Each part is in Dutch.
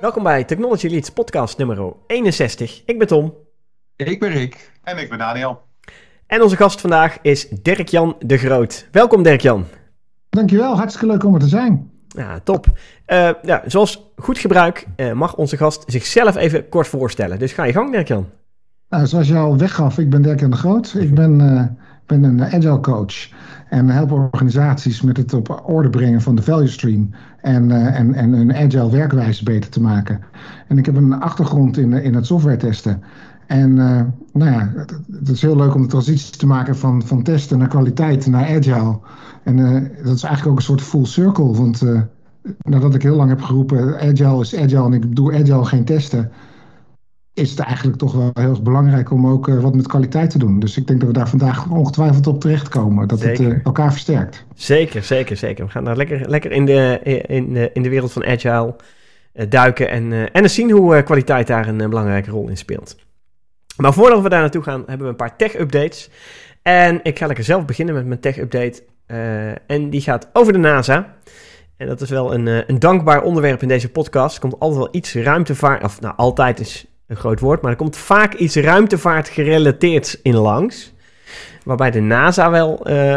Welkom bij Technology Leads podcast nummer 61. Ik ben Tom. Ik ben Rick. En ik ben Daniel. En onze gast vandaag is Dirk-Jan de Groot. Welkom Dirk-Jan. Dankjewel, hartstikke leuk om er te zijn. Ja, top. Zoals goed gebruik mag onze gast zichzelf even kort voorstellen. Dus ga je gang Dirk-Jan. Nou, zoals je al weggaf, ik ben Dirk-Jan de Groot. Ik ben een agile coach en help organisaties met het op orde brengen van de value stream en hun agile werkwijze beter te maken. En ik heb een achtergrond in het software testen. En het is heel leuk om de transitie te maken van testen naar kwaliteit naar agile. En dat is eigenlijk ook een soort full circle, want nadat ik heel lang heb geroepen agile is agile en ik doe agile geen testen, is het eigenlijk toch wel heel erg belangrijk om ook wat met kwaliteit te doen. Dus ik denk dat we daar vandaag ongetwijfeld op terechtkomen. Dat zeker. Het elkaar versterkt. Zeker. We gaan daar lekker in de wereld van agile duiken en eens zien hoe kwaliteit daar een belangrijke rol in speelt. Maar voordat we daar naartoe gaan, hebben we een paar tech-updates. En ik ga lekker zelf beginnen met mijn tech-update. En die gaat over de NASA. En dat is wel een dankbaar onderwerp in deze podcast. Er komt altijd wel iets ruimtevaart, of nou altijd is een groot woord, maar er komt vaak iets ruimtevaart gerelateerd in langs. Waarbij de NASA wel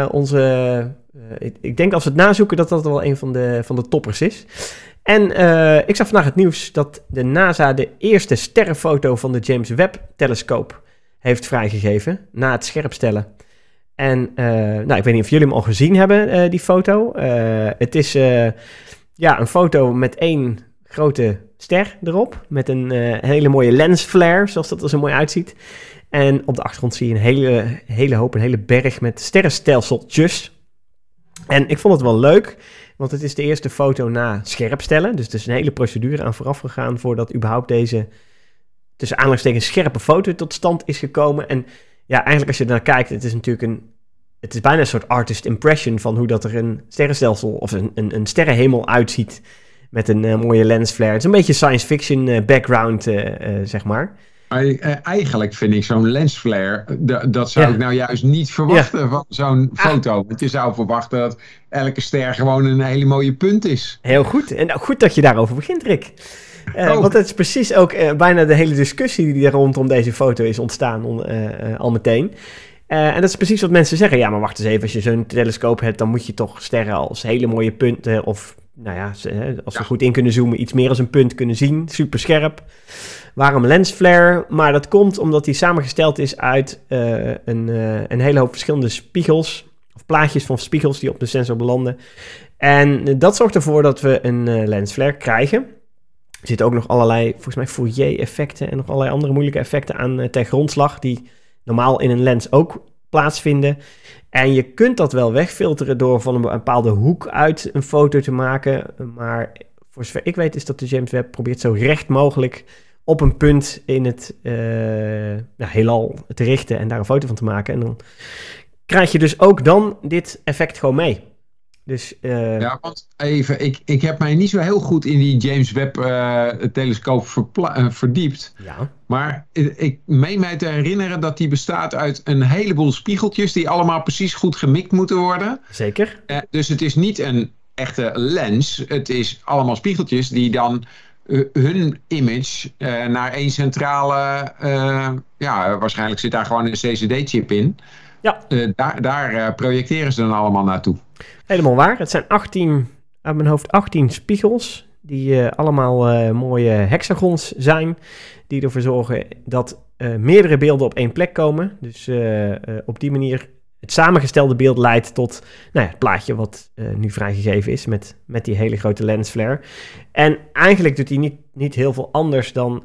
ik denk als we het nazoeken dat wel een van de toppers is. En ik zag vandaag het nieuws dat de NASA de eerste sterrenfoto van de James Webb-telescoop heeft vrijgegeven na het scherpstellen. En ik weet niet of jullie hem al gezien hebben, die foto. Het is een foto met één grote ster erop, met een hele mooie lensflare, zoals dat er zo mooi uitziet. En op de achtergrond zie je een hele berg met sterrenstelseltjes. En ik vond het wel leuk, want het is de eerste foto na scherpstellen. Dus er is een hele procedure aan vooraf gegaan voordat überhaupt deze, tussen aanhalingstekens, scherpe foto tot stand is gekomen. En ja, eigenlijk als je ernaar kijkt, het is bijna een soort artist impression van hoe dat er een sterrenstelsel of een sterrenhemel uitziet met een mooie lensflare. Het is een beetje science fiction background, zeg maar. Eigenlijk vind ik zo'n lensflare, dat zou ik nou juist niet verwachten van zo'n foto. Want je zou verwachten dat elke ster gewoon een hele mooie punt is. Heel goed. En goed dat je daarover begint, Rick. Want het is precies ook bijna de hele discussie die er rondom deze foto is ontstaan al meteen. En dat is precies wat mensen zeggen. Ja, maar wacht eens even, als je zo'n telescoop hebt, dan moet je toch sterren als hele mooie punten of als ze goed in kunnen zoomen, iets meer als een punt kunnen zien. Super scherp. Waarom lensflare? Maar dat komt omdat die samengesteld is uit een hele hoop verschillende spiegels, of plaatjes van spiegels die op de sensor belanden. En dat zorgt ervoor dat we een lensflare krijgen. Er zitten ook nog allerlei, volgens mij, Fourier-effecten en nog allerlei andere moeilijke effecten aan ten grondslag, die normaal in een lens ook plaatsvinden. En je kunt dat wel wegfilteren door van een bepaalde hoek uit een foto te maken. Maar voor zover ik weet is dat de James Webb probeert zo recht mogelijk op een punt in het heelal te richten en daar een foto van te maken. En dan krijg je dus ook dan dit effect gewoon mee. Dus, want even, ik heb mij niet zo heel goed in die James Webb-telescoop verdiept. Ja. Maar ik meen mij te herinneren dat die bestaat uit een heleboel spiegeltjes die allemaal precies goed gemikt moeten worden. Zeker. Dus het is niet een echte lens. Het is allemaal spiegeltjes die dan hun image naar één centrale... waarschijnlijk zit daar gewoon een CCD-chip in. Ja. Daar projecteren ze dan allemaal naartoe. Helemaal waar. Het zijn 18 spiegels die allemaal mooie hexagons zijn, die ervoor zorgen dat meerdere beelden op één plek komen. Dus op die manier het samengestelde beeld leidt tot het plaatje wat nu vrijgegeven is met die hele grote lensflare. En eigenlijk doet hij niet heel veel anders dan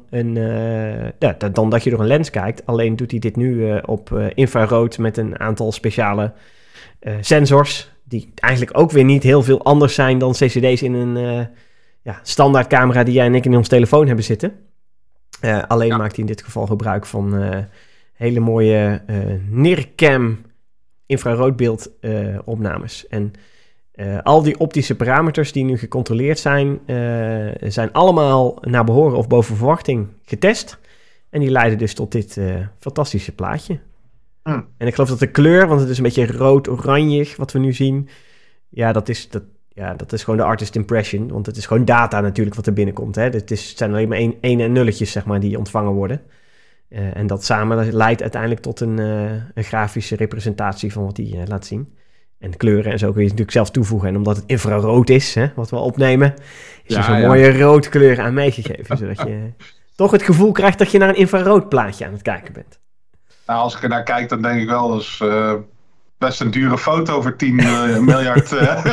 dan dat je door een lens kijkt. Alleen doet hij dit nu op infrarood met een aantal speciale sensors, die eigenlijk ook weer niet heel veel anders zijn dan CCD's in een standaard camera die jij en ik in ons telefoon hebben zitten. Alleen maakt hij in dit geval gebruik van hele mooie NIRCam infraroodbeeld opnames. En al die optische parameters die nu gecontroleerd zijn allemaal naar behoren of boven verwachting getest. En die leiden dus tot dit fantastische plaatje. En ik geloof dat de kleur, want het is een beetje rood-oranjig wat we nu zien. Ja, dat dat is gewoon de artist impression. Want het is gewoon data natuurlijk wat er binnenkomt. Hè? Het zijn alleen maar 1 en nulletjes, zeg maar, die ontvangen worden. En dat samen leidt uiteindelijk tot een grafische representatie van wat hij laat zien. En kleuren en zo kun je natuurlijk zelf toevoegen. En omdat het infrarood is, hè, wat we opnemen, is er zo'n mooie roodkleur aan meegegeven. Zodat je toch het gevoel krijgt dat je naar een infrarood plaatje aan het kijken bent. Nou, als ik er naar kijk, dan denk ik wel, dat is best een dure foto voor 10 miljard.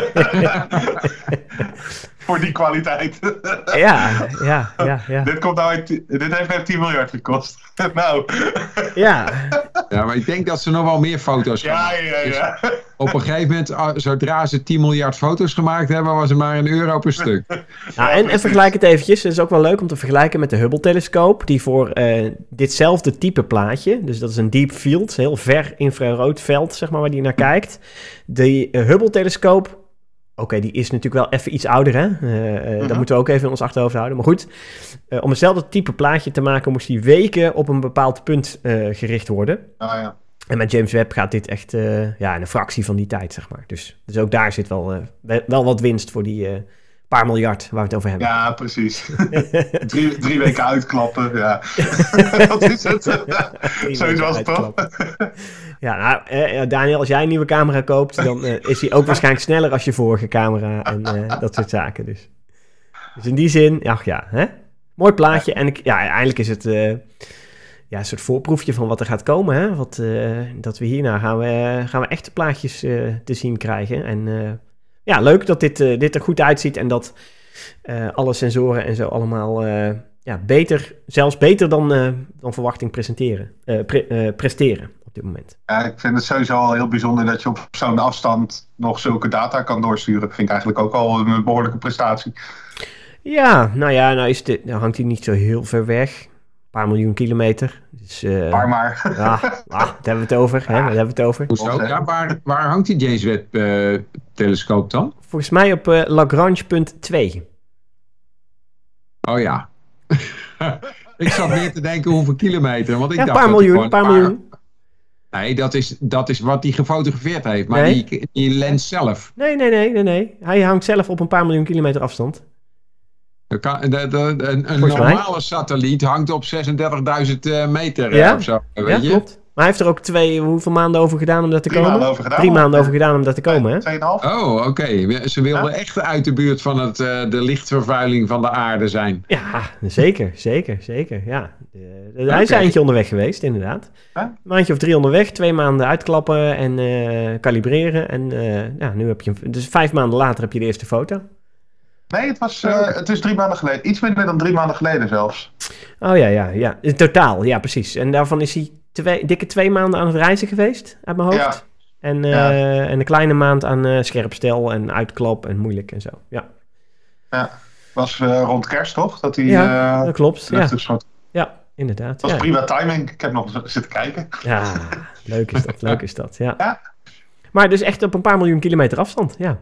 Voor die kwaliteit. Ja. Dit heeft 10 miljard gekost. Nou. Ja, maar ik denk dat ze nog wel meer foto's gaan maken. Ja. Op een gegeven moment, zodra ze 10 miljard foto's gemaakt hebben, was het maar €1 per stuk. En vergelijk het eventjes. Het is ook wel leuk om te vergelijken met de Hubble-telescoop, die voor ditzelfde type plaatje, dus dat is een deep field, heel ver infrarood veld, zeg maar, waar die naar kijkt. De Hubble-telescoop, oké, die is natuurlijk wel even iets ouder, hè? Dat moeten we ook even in ons achterhoofd houden. Maar goed, om hetzelfde type plaatje te maken, moest die weken op een bepaald punt gericht worden. Ja. En met James Webb gaat dit echt in een fractie van die tijd, zeg maar. Dus ook daar zit wel wat winst voor die paar miljard waar we het over hebben. Ja, precies. 3 weken uitklappen, ja. Dat is het. Zoiets was het toch? Ja, Daniel, als jij een nieuwe camera koopt, dan is die ook waarschijnlijk sneller als je vorige camera en dat soort zaken. Dus in die zin, hè? Mooi plaatje. En eigenlijk is het een soort voorproefje van wat er gaat komen. Hè? Dat we hierna gaan we echte plaatjes te zien krijgen. En leuk dat dit er goed uitziet en dat alle sensoren en zo allemaal zelfs beter dan verwachting presteren op dit moment. Ja, ik vind het sowieso al heel bijzonder dat je op zo'n afstand nog zulke data kan doorsturen. Dat vind ik eigenlijk ook al een behoorlijke prestatie. Ja, nou hangt hij niet zo heel ver weg. Een paar miljoen kilometer. Dus, maar. Ja, daar hebben we het over. Hè? Daar hebben we het over. Hoezo? Ja, waar hangt die James Webb-telescoop dan? Volgens mij op Lagrange punt 2. Oh ja. Ik zat meer te denken hoeveel kilometer. Want ik dacht een paar miljoen. Nee, dat is wat hij gefotografeerd heeft. Maar die lens zelf. Nee. Hij hangt zelf op een paar miljoen kilometer afstand. Een normale satelliet hangt op 36.000 meter of zo. Weet je? Klopt. Maar hij heeft er ook hoeveel maanden over gedaan om dat te komen? 3 maanden over gedaan om dat te komen, hè? 2,5. Oh, oké. Ze wilden echt uit de buurt van de lichtvervuiling van de aarde zijn. Ja, zeker. Ja. Hij is een eindje onderweg geweest, inderdaad. Een maandje of 3 onderweg, 2 maanden uitklappen en kalibreren. En nu heb je dus 5 maanden later heb je de eerste foto. Nee, het is 3 maanden geleden. Iets minder dan 3 maanden geleden zelfs. Oh ja. In totaal, ja, precies. En daarvan is hij dikke 2 maanden aan het reizen geweest, uit mijn hoofd. Ja. En een kleine maand aan scherpstel en uitklap en moeilijk en zo. Ja, was rond kerst, toch? Dat dat klopt. Ja, inderdaad. Dat was prima timing. Ik heb nog zitten kijken. Ja, leuk is dat. Ja. Maar dus echt op een paar miljoen kilometer afstand, ja.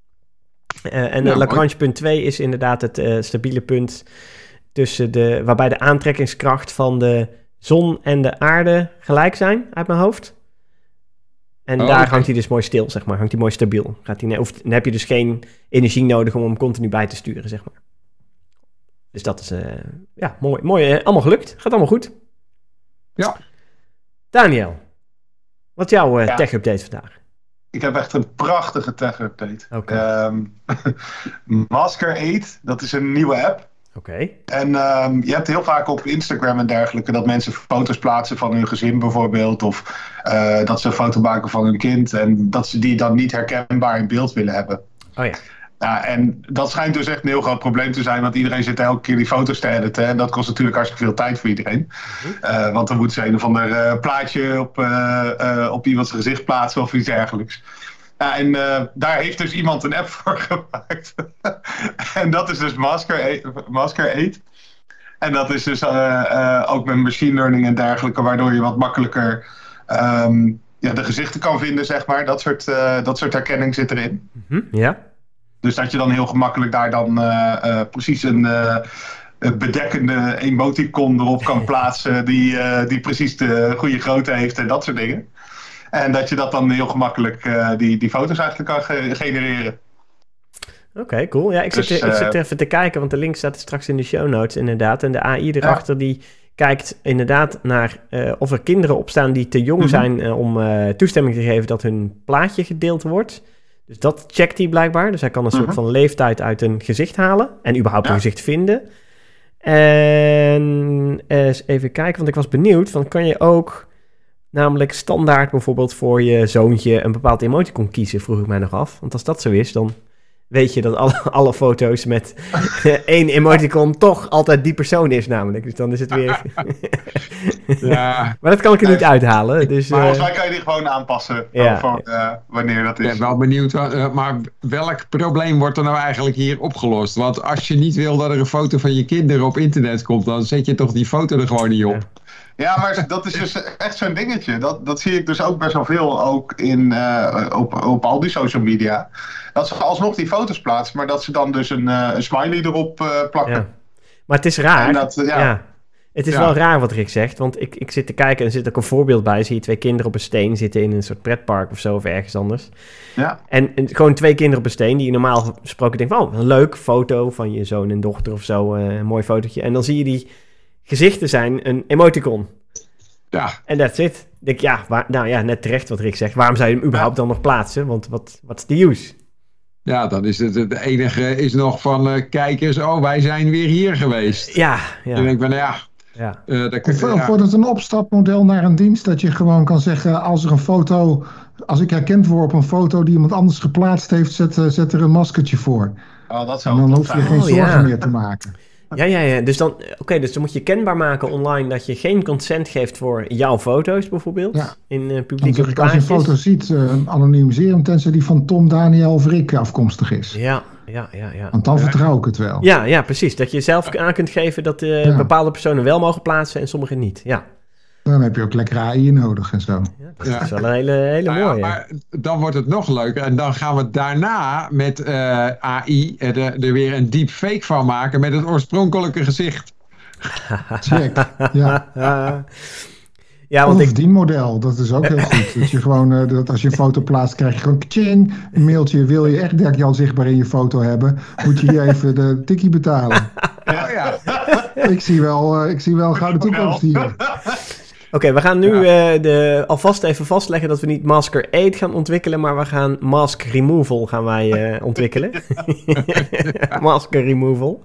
Lagrange punt 2 is inderdaad het stabiele punt waarbij de aantrekkingskracht van de zon en de aarde gelijk zijn, uit mijn hoofd. En daar hangt hij dus mooi stil, zeg maar. Hangt hij mooi stabiel. Dan heb je dus geen energie nodig om hem continu bij te sturen, zeg maar. Dus dat is mooi. Allemaal gelukt. Gaat allemaal goed. Ja. Daniel, wat is jouw tech-update vandaag? Ik heb echt een prachtige tech-update. Okay. Masker 8, dat is een nieuwe app. Oké. En je hebt heel vaak op Instagram en dergelijke dat mensen foto's plaatsen van hun gezin bijvoorbeeld. Of dat ze een foto maken van hun kind. En dat ze die dan niet herkenbaar in beeld willen hebben. Oh ja. En dat schijnt dus echt een heel groot probleem te zijn. Want iedereen zit elke keer die foto's te editen. En dat kost natuurlijk hartstikke veel tijd voor iedereen. Want dan moet ze een of ander plaatje op iemands gezicht plaatsen of iets dergelijks. En daar heeft dus iemand een app voor gemaakt. En dat is dus Masker 8. En dat is dus ook met machine learning en dergelijke, waardoor je wat makkelijker de gezichten kan vinden, zeg maar. Dat soort herkenning zit erin. Ja. Dus dat je dan heel gemakkelijk daar dan precies een bedekkende emoticon erop kan plaatsen die precies de goede grootte heeft en dat soort dingen. En dat je dat dan heel gemakkelijk die foto's eigenlijk kan genereren. Oké, cool. Ja, ik zit even te kijken, want de link staat straks in de show notes inderdaad. En de AI erachter die kijkt inderdaad naar of er kinderen op staan die te jong zijn om toestemming te geven dat hun plaatje gedeeld wordt. Dus dat checkt hij blijkbaar. Dus hij kan een soort van leeftijd uit een gezicht halen en überhaupt een gezicht vinden. En eens even kijken, want ik was benieuwd, van kan je ook namelijk standaard bijvoorbeeld voor je zoontje een bepaald emoticon kiezen, vroeg ik mij nog af. Want als dat zo is, dan weet je dat alle foto's met 1 emoticon toch altijd die persoon is namelijk. Dus dan is het weer... Ja. Maar dat kan ik er niet uithalen. Dus, maar volgens mij kan je die gewoon aanpassen wanneer dat is. Ik ben wel benieuwd, maar welk probleem wordt er nou eigenlijk hier opgelost? Want als je niet wil dat er een foto van je kinderen op internet komt, dan zet je toch die foto er gewoon niet op. Ja, maar dat is dus echt zo'n dingetje. Dat zie ik dus ook best wel veel ook op al die social media. Dat ze alsnog die foto's plaatsen, maar dat ze dan dus een smiley erop plakken. Ja. Maar het is raar. En dat, Het is wel raar wat Rick zegt, want ik zit te kijken en er zit ook een voorbeeld bij. Zie je 2 kinderen op een steen zitten in een soort pretpark of zo, of ergens anders. Ja. En gewoon 2 kinderen op een steen die je normaal gesproken denkt, oh, een leuk foto van je zoon en dochter of zo, een mooi fotootje. En dan zie je die gezichten zijn een emoticon. Ja. En that's it. Ik denk, net terecht wat Rick zegt. Waarom zou je hem überhaupt dan nog plaatsen? Want wat is de use? Ja, dan is het enige is nog van kijkers, wij zijn weer hier geweest. Ja. En dan denk ik van, Of wordt het een opstapmodel naar een dienst dat je gewoon kan zeggen, als ik herkend word op een foto die iemand anders geplaatst heeft, zet er een maskertje voor. Oh, dat zou en dan hoef je geen zorgen meer te maken. Ja. Dus dan moet je kenbaar maken online dat je geen consent geeft voor jouw foto's bijvoorbeeld. In publieke plaatjes. Als je een foto ziet, anonimiseren, tenzij die van Tom, Daniel of Rick afkomstig is. Ja. Want dan vertrouw ik het wel. Ja, precies. Dat je zelf aan kunt geven dat bepaalde personen wel mogen plaatsen en sommige niet. Ja. Dan heb je ook lekker AI nodig en zo. Ja, dat is wel een hele mooie. Maar dan wordt het nog leuker. En dan gaan we daarna met AI er weer een deepfake van maken met het oorspronkelijke gezicht. Check, ja. Ja, want of die model, dat is ook heel goed. Dat je gewoon, dat als je een foto plaatst, krijg je gewoon kaching, een mailtje. Wil je echt Dirk Jan zichtbaar in je foto hebben, moet je hier even de tikkie betalen. Ja. Ik zie wel een gouden toekomst hier. Oké, we gaan nu alvast even vastleggen dat we niet Masker 8 gaan ontwikkelen, maar we gaan Mask Removal gaan wij ontwikkelen. Masker Removal.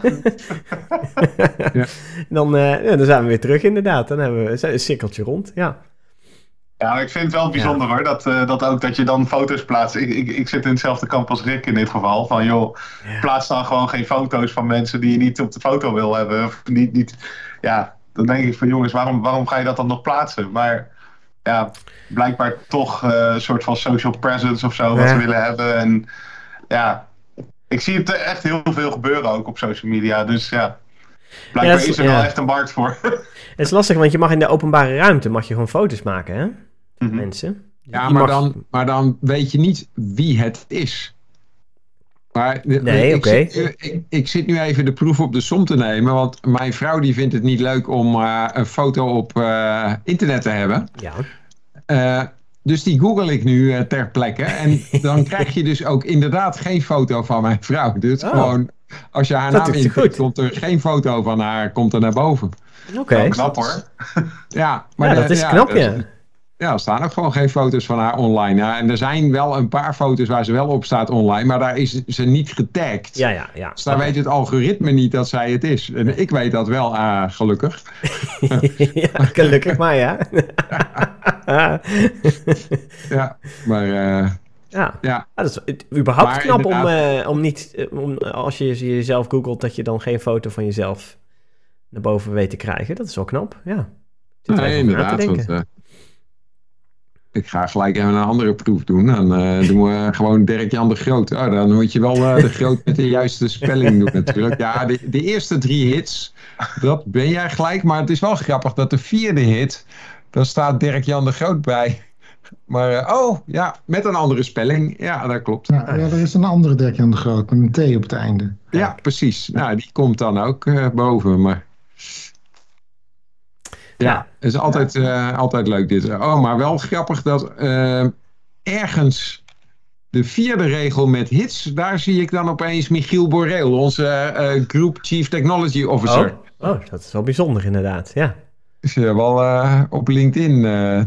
Dan zijn we weer terug inderdaad. Dan hebben we een cirkeltje rond, ja. Ja, ik vind het wel bijzonder hoor, dat je dan foto's plaatst. Ik zit in hetzelfde kamp als Rick in dit geval. Van joh, plaats dan gewoon geen foto's van mensen die je niet op de foto wil hebben. Of niet. Dan denk ik van jongens, waarom ga je dat dan nog plaatsen? Maar ja, blijkbaar toch een soort van social presence of zo wat ze willen hebben. En ja, ik zie het echt heel veel gebeuren ook op social media. Dus ja, blijkbaar is er wel echt een markt voor. Het is lastig, want je mag in de openbare ruimte gewoon foto's maken, hè? Mensen. Ja, maar dan weet je niet wie het is. Maar ik zit nu even de proef op de som te nemen, want mijn vrouw die vindt het niet leuk om een foto op internet te hebben. Ja. Dus die google ik nu ter plekke en dan krijg je dus ook inderdaad geen foto van mijn vrouw. Dus gewoon, als je haar naam intikt, komt er geen foto van haar, komt er naar boven. Oké. Knap hoor. Ja, maar dat is knap, ja. Ja, er staan ook gewoon geen foto's van haar online. Ja, en er zijn wel een paar foto's waar ze wel op staat online, maar daar is ze niet getagd. Ja. Dus daar weet het algoritme niet dat zij het is. En ik weet dat wel, gelukkig. Ja, gelukkig maar, ja. Ja, maar... Ja, dat is überhaupt knap om als je jezelf googelt, dat je dan geen foto van jezelf naar boven weet te krijgen. Dat is wel knap, ja. Nee, inderdaad. Ik ga gelijk even een andere proef doen. Dan doen we gewoon Dirk-Jan de Groot. Dan moet je wel de Groot met de juiste spelling doen natuurlijk. Ja, de eerste 3 hits, dat ben jij gelijk. Maar het is wel grappig dat de 4e hit, daar staat Dirk-Jan de Groot bij. Maar met een andere spelling. Ja, dat klopt. Ja, er is een andere Dirk-Jan de Groot met een T op het einde. Ja, precies. Nou, die komt dan ook boven, maar... Ja, het is altijd leuk dit. Maar wel grappig dat ergens de 4e regel met hits, daar zie ik dan opeens Michiel Boreel, onze Group Chief Technology Officer. Oh, dat is wel bijzonder inderdaad, ja. Is wel op LinkedIn.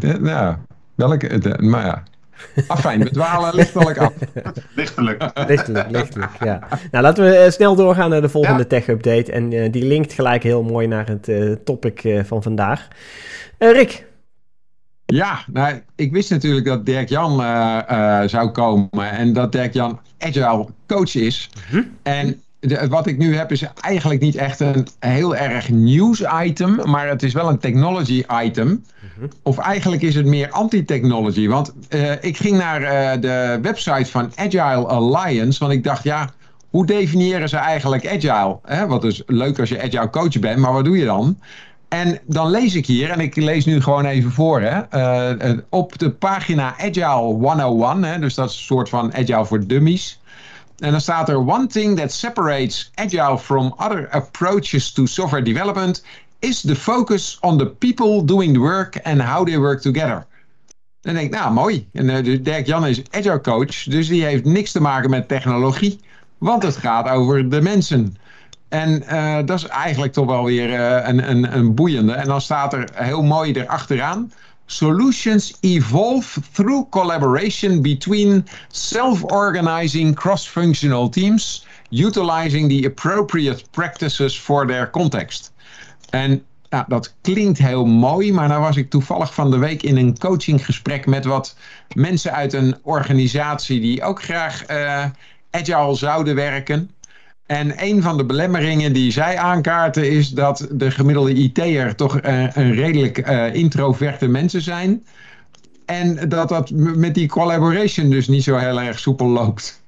Maar ja. Afijn, we dwalen lichtelijk af. Lichtelijk, ja. Nou, laten we snel doorgaan naar de volgende tech-update. En die linkt gelijk heel mooi naar het topic van vandaag. Rick? Ja, nou, ik wist natuurlijk dat Dirk-Jan zou komen. En dat Dirk-Jan Agile coach is. En wat ik nu heb is eigenlijk niet echt een heel erg nieuws item. Maar het is wel een technology item. Of eigenlijk is het meer anti-technology. Want ik ging naar de website van Agile Alliance. Want ik dacht, ja, hoe definiëren ze eigenlijk Agile? Wat is leuk als je Agile coach bent, maar wat doe je dan? En dan lees ik hier, en ik lees nu gewoon even voor, op de pagina Agile 101. Dus dat is een soort van Agile voor dummies. En dan staat er: one thing that separates Agile from other approaches to software development is the focus on the people doing the work and how they work together. Dan denk ik, nou mooi. En Dirk-Jan is Agile coach, dus die heeft niks te maken met technologie, want het gaat over de mensen. En dat is eigenlijk toch wel weer een boeiende. En dan staat er heel mooi erachteraan: solutions evolve through collaboration between self-organizing cross-functional teams, utilizing the appropriate practices for their context. En dat klinkt heel mooi, maar nou was ik toevallig van de week in een coachinggesprek met wat mensen uit een organisatie die ook graag agile zouden werken. En een van de belemmeringen die zij aankaarten is dat de gemiddelde IT'er toch een redelijk introverte mensen zijn. En dat met die collaboration dus niet zo heel erg soepel loopt.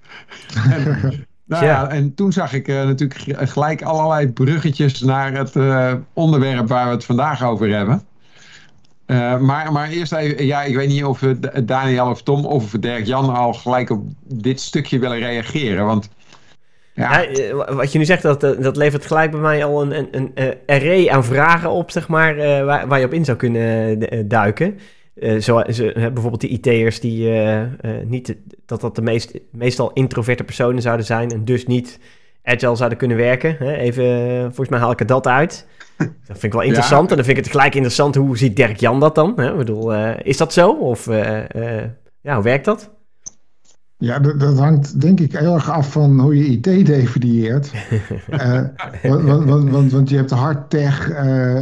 En toen zag ik natuurlijk gelijk allerlei bruggetjes naar het onderwerp waar we het vandaag over hebben. Maar eerst even, ik weet niet of Daniel of Tom of Dirk-Jan al gelijk op dit stukje willen reageren, want wat je nu zegt, dat levert gelijk bij mij al een array aan vragen op, zeg maar, waar je op in zou kunnen duiken. Bijvoorbeeld de IT'ers die niet dat de meestal introverte personen zouden zijn en dus niet agile zouden kunnen werken. Even, volgens mij haal ik er dat uit. Dat vind ik wel interessant. En dan vind ik het gelijk interessant, hoe ziet Dirk-Jan dat dan? Ik bedoel, is dat zo? Of hoe werkt dat? Ja, dat hangt denk ik heel erg af van hoe je IT definieert. Want je hebt de hardtech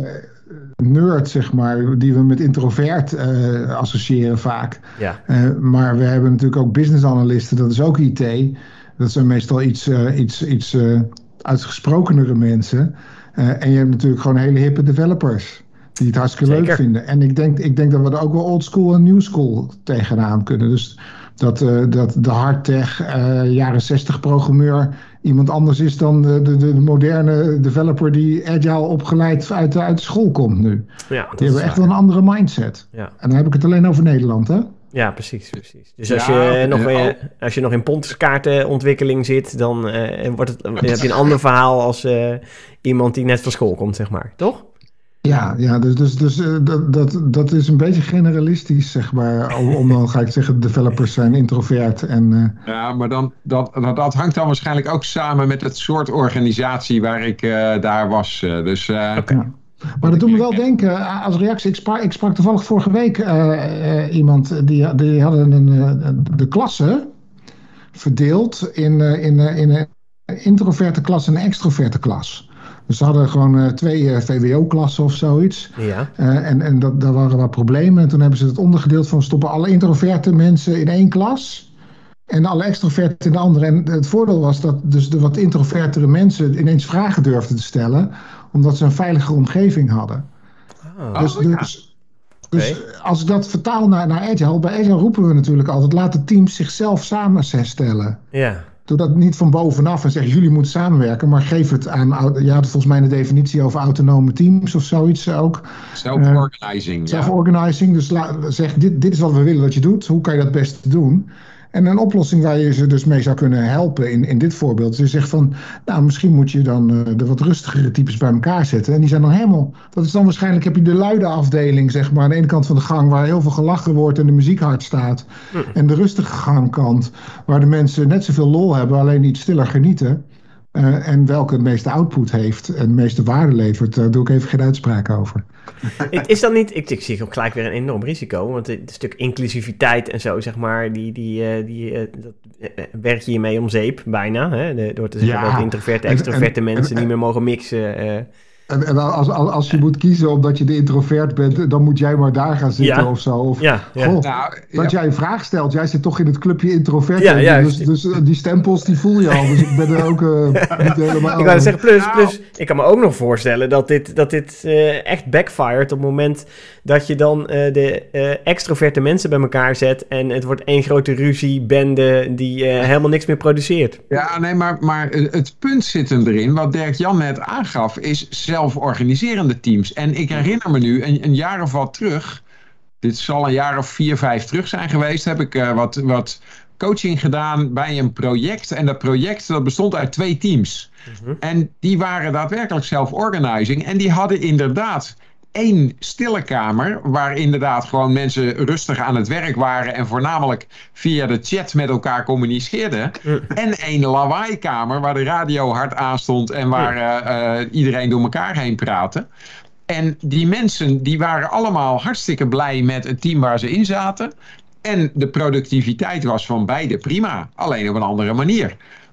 nerd, zeg maar, die we met introvert associëren vaak. Ja. Maar we hebben natuurlijk ook business analisten, dat is ook IT. Dat zijn meestal iets uitgesprokenere mensen. En je hebt natuurlijk gewoon hele hippe developers die het hartstikke leuk vinden. En ik denk dat we er ook wel old school en new school tegenaan kunnen. Dus dat de hardtech jaren 60 programmeur iemand anders is dan de moderne developer die agile opgeleid uit de school komt nu. Ja, die hebben echt wel een andere mindset. Ja. En dan heb ik het alleen over Nederland, hè? Ja, precies. Dus als je nog in Pontiskaartenontwikkeling zit, dan heb je een ander verhaal als iemand die net van school komt, zeg maar. Toch? Ja, dus dat is een beetje generalistisch, zeg maar. Om dan ga ik zeggen, developers zijn introvert. Ja, maar dat hangt dan waarschijnlijk ook samen met het soort organisatie waar ik daar was. Okay. Maar dat doet me wel denken, als reactie, ik sprak toevallig vorige week iemand, die hadden de klasse verdeeld in een introverte klas en een extroverte klas. Dus ze hadden gewoon 2 VWO-klassen of zoiets. Ja. En daar waren wat problemen. En toen hebben ze het ondergedeeld van stoppen alle introverte mensen in 1 klas. En alle extroverten in de andere. En het voordeel was dat dus de wat introvertere mensen ineens vragen durfden te stellen. Omdat ze een veilige omgeving hadden. Dus als ik dat vertaal naar Agile. Bij Agile roepen we natuurlijk altijd, laat de teams zichzelf samenstellen. Ja. Doe dat niet van bovenaf en zeg jullie moeten samenwerken, maar geef het aan, je had volgens mij een definitie over autonome teams of zoiets ook. Self-organizing. Self-organizing, dus zeg dit is wat we willen dat je doet, hoe kan je dat best doen? En een oplossing waar je ze dus mee zou kunnen helpen in dit voorbeeld. Dus je zegt van, nou misschien moet je dan de wat rustigere types bij elkaar zetten. En die zijn dan helemaal, dat is dan waarschijnlijk, heb je de luide afdeling zeg maar aan de ene kant van de gang waar heel veel gelachen wordt en de muziek hard staat. En de rustige gangkant waar de mensen net zoveel lol hebben, alleen iets stiller genieten. En welke het meeste output heeft en de meeste waarde levert, daar doe ik even geen uitspraak over. Is dan niet, ik zie ook gelijk weer een enorm risico, want het stuk inclusiviteit en zo, zeg maar, dat werk je hiermee om zeep, bijna, hè? Door te zeggen dat introverte, extroverte mensen niet meer mogen mixen. En als je moet kiezen omdat je de introvert bent, dan moet jij maar daar gaan zitten of zo. Of, goh, dat jij een vraag stelt. Jij zit toch in het clubje introvert. Dus die stempels die voel je al. Dus ik ben er ook niet helemaal... Ik wou zeggen, plus ik kan me ook nog voorstellen dat dit echt backfired op het moment dat je dan de extroverte mensen bij elkaar zet en het wordt één grote ruziebende die helemaal niks meer produceert. Ja, nee, maar het punt zit hem erin, wat Dirk-Jan net aangaf, is zelforganiserende teams. En ik herinner me nu, een jaar of wat terug, dit zal een jaar of 4, 5 terug zijn geweest, heb ik wat coaching gedaan bij een project. En dat project dat bestond uit 2 teams. Mm-hmm. En die waren daadwerkelijk self-organizing. En die hadden inderdaad 1 stille kamer, waar inderdaad gewoon mensen rustig aan het werk waren en voornamelijk via de chat met elkaar communiceerden. En 1 lawaaikamer, waar de radio hard aanstond en waar iedereen door elkaar heen praatte. En die mensen die waren allemaal hartstikke blij met het team waar ze in zaten. En de productiviteit was van beide prima, alleen op een andere manier.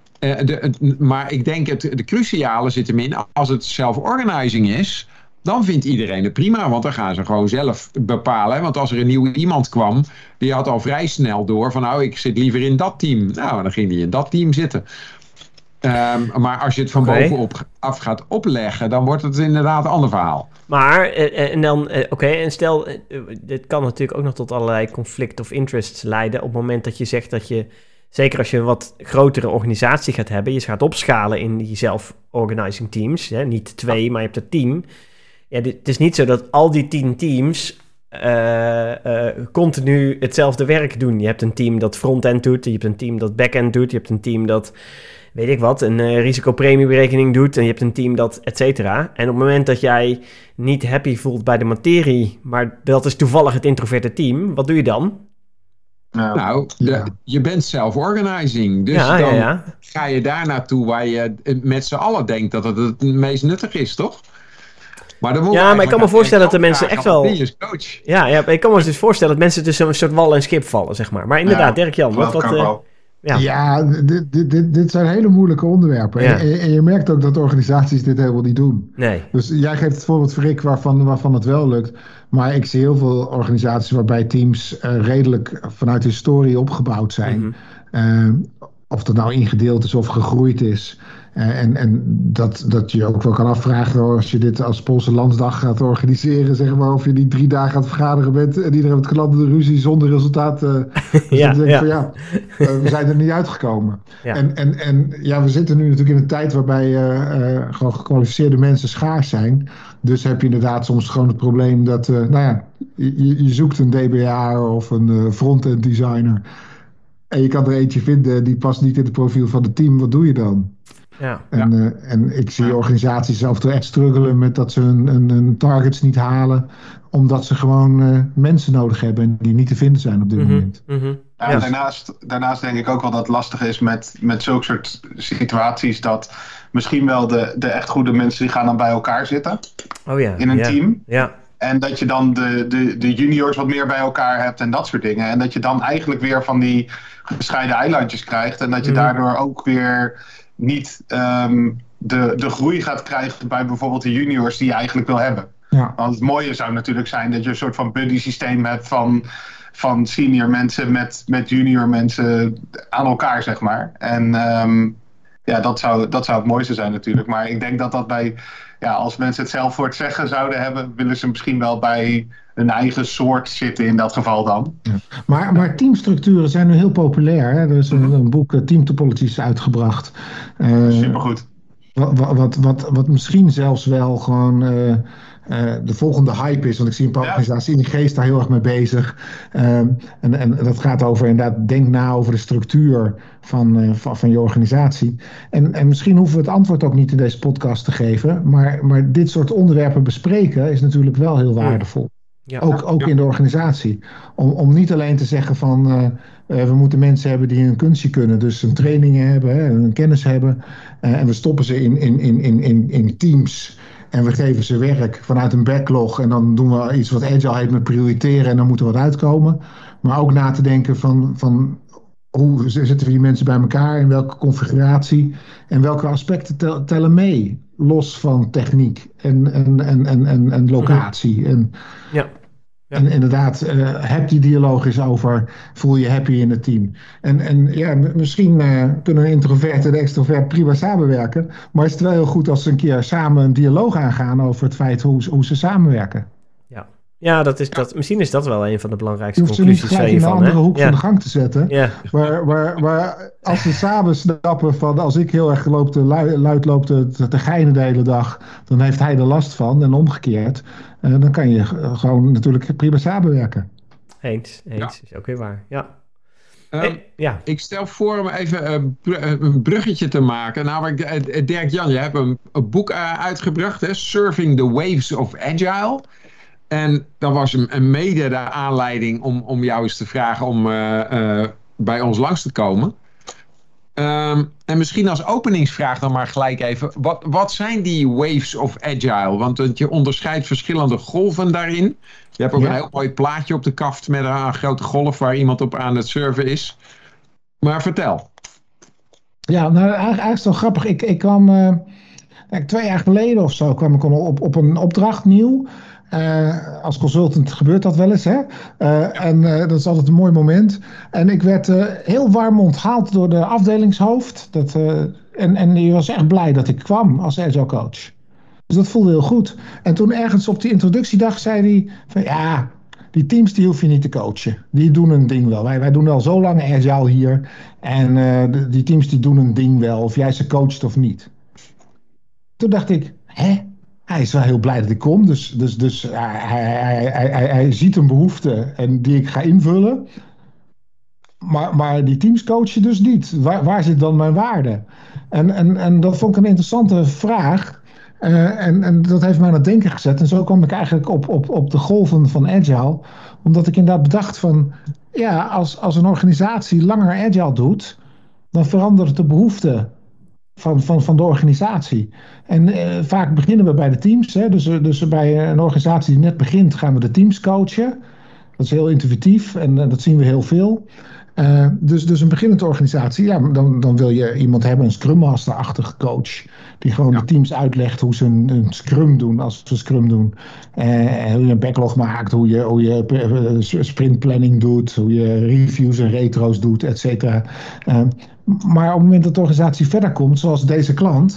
Maar ik denk de cruciale zit hem in, als het self-organizing is, dan vindt iedereen het prima, want dan gaan ze gewoon zelf bepalen. Want als er een nieuw iemand kwam, die had al vrij snel door van, nou, ik zit liever in dat team. Nou, dan ging die in dat team zitten. Maar als je het van bovenop af gaat opleggen, dan wordt het inderdaad een ander verhaal. Maar, en stel, dit kan natuurlijk ook nog tot allerlei conflict of interests leiden op het moment dat je zegt dat je, zeker als je een wat grotere organisatie gaat hebben, je gaat opschalen in die self-organizing teams, hè, niet 2, maar je hebt er 10. Ja, het is niet zo dat al die 10 teams continu hetzelfde werk doen. Je hebt een team dat front-end doet, je hebt een team dat back-end doet, je hebt een team dat, weet ik wat, een risicopremieberekening doet en je hebt een team dat, et cetera. En op het moment dat jij niet happy voelt bij de materie, maar dat is toevallig het introverte team, wat doe je dan? Je bent self-organizing. Dus dan ga je daar naartoe waar je met z'n allen denkt dat het meest nuttig is, toch? Maar ik kan me voorstellen dat de mensen echt wel... Ja, ik kan me dus voorstellen dat mensen tussen een soort wal en schip vallen, zeg maar. Maar inderdaad, Dirk-Jan, dit zijn hele moeilijke onderwerpen. Ja. En je merkt ook dat organisaties dit helemaal niet doen. Nee. Dus jij geeft het voorbeeld Rick waarvan het wel lukt. Maar ik zie heel veel organisaties waarbij teams redelijk vanuit de historie opgebouwd zijn. Mm-hmm. Of dat nou ingedeeld is of gegroeid is. En dat je ook wel kan afvragen als je dit als Poolse Landsdag gaat organiseren, zeg maar, of je die 3 dagen aan het vergaderen bent en iedereen heeft klantende ruzie zonder resultaat. We zijn er niet uitgekomen. Ja. En we zitten nu natuurlijk in een tijd waarbij gewoon gekwalificeerde mensen schaars zijn. Dus heb je inderdaad soms gewoon het probleem dat, je zoekt een DBA of een front-end designer. En je kan er eentje vinden die past niet in het profiel van het team. Wat doe je dan? Ja. En ik zie organisaties af en toe echt struggelen met dat ze hun targets niet halen. Omdat ze gewoon mensen nodig hebben die niet te vinden zijn op dit moment. Mm-hmm. Ja, daarnaast denk ik ook wel dat het lastig is met zulke soort situaties. Dat misschien wel de echt goede mensen die gaan dan bij elkaar zitten. In een team. Ja. En dat je dan de juniors wat meer bij elkaar hebt en dat soort dingen. En dat je dan eigenlijk weer van die gescheiden eilandjes krijgt. En dat je daardoor ook weer niet de groei gaat krijgen bij bijvoorbeeld de juniors die je eigenlijk wil hebben. Ja. Want het mooie zou natuurlijk zijn dat je een soort van buddy systeem hebt van senior mensen met junior mensen aan elkaar, zeg maar. En dat zou het mooiste zijn natuurlijk. Maar ik denk dat bij, als mensen het zelf voor het zeggen zouden hebben, willen ze misschien wel bij een eigen soort zitten in dat geval dan. Ja. Maar teamstructuren zijn nu heel populair. Hè? Er is een boek Team Topologies uitgebracht. Supergoed. Wat misschien zelfs wel gewoon de volgende hype is. Want ik zie een paar organisaties in de geest daar heel erg mee bezig. En dat gaat over inderdaad, denk na over de structuur van je organisatie. En misschien hoeven we het antwoord ook niet in deze podcast te geven. Maar dit soort onderwerpen bespreken is natuurlijk wel heel waardevol. Ja. Ook in de organisatie. Om niet alleen te zeggen van we moeten mensen hebben die een kunstje kunnen. Dus een training hebben, een kennis hebben. En we stoppen ze in teams. En we geven ze werk vanuit een backlog. En dan doen we iets wat Agile heet met prioriteren. En dan moet er wat uitkomen. Maar ook na te denken van hoe zetten we die mensen bij elkaar? In welke configuratie? En welke aspecten tellen mee? Los van techniek en locatie. En inderdaad, heb die dialoog eens over, voel je happy in het team. En ja, misschien kunnen een introvert en een extrovert prima samenwerken. Maar is het wel heel goed als ze een keer samen een dialoog aangaan over het feit hoe ze samenwerken. Ja, misschien is dat wel een van de belangrijkste conclusies. Je hoeft ze niet gelijk in een andere hoek van de gang te zetten. Ja. Waar als ze samen snappen van, als ik heel erg luid loop te geinen de hele dag, dan heeft hij er last van en omgekeerd. Dan kan je gewoon natuurlijk prima samenwerken. Eens, is ook weer waar. Ik stel voor om even een bruggetje te maken. Namelijk, Dirk-Jan, je hebt een boek uitgebracht, hè? Surfing the Waves of Agile. En dat was een mede de aanleiding om jou eens te vragen om bij ons langs te komen. En misschien als openingsvraag dan maar gelijk even. Wat zijn die waves of agile? Want je onderscheidt verschillende golven daarin. Je hebt ook een heel mooi plaatje op de kaft met een grote golf waar iemand op aan het surfen is. Maar vertel. Ja, nou eigenlijk is het wel grappig. Ik kwam 2 jaar geleden of zo kwam ik op een opdracht nieuw. Als consultant gebeurt dat wel eens. Hè? En dat is altijd een mooi moment. En ik werd heel warm onthaald door de afdelingshoofd. En die was echt blij dat ik kwam als agile coach. Dus dat voelde heel goed. En toen ergens op die introductiedag zei hij van ja, die teams die hoef je niet te coachen. Die doen een ding wel. Wij doen al zo lang agile hier. En die teams die doen een ding wel. Of jij ze coacht of niet. Toen dacht ik, hè? Hij is wel heel blij dat ik kom, dus hij ziet een behoefte en die ik ga invullen. Maar die teams coachen dus niet. Waar zit dan mijn waarde? En dat vond ik een interessante vraag. En dat heeft mij aan het denken gezet. En zo kwam ik eigenlijk op de golven van Agile. Omdat ik inderdaad bedacht van, ja, als een organisatie langer Agile doet, dan verandert de behoefte van de organisatie. En vaak beginnen we bij de teams. Hè? Dus bij een organisatie die net begint, gaan we de teams coachen. Dat is heel intuïtief en dat zien we heel veel. Dus een beginnende organisatie, ja, dan wil je iemand hebben, een Scrum Master-achtige coach, die gewoon de teams uitlegt hoe ze een Scrum doen, als ze Scrum doen. Hoe je een backlog maakt, hoe je sprintplanning doet, hoe je reviews en retro's doet, et cetera. Maar op het moment dat de organisatie verder komt, zoals deze klant,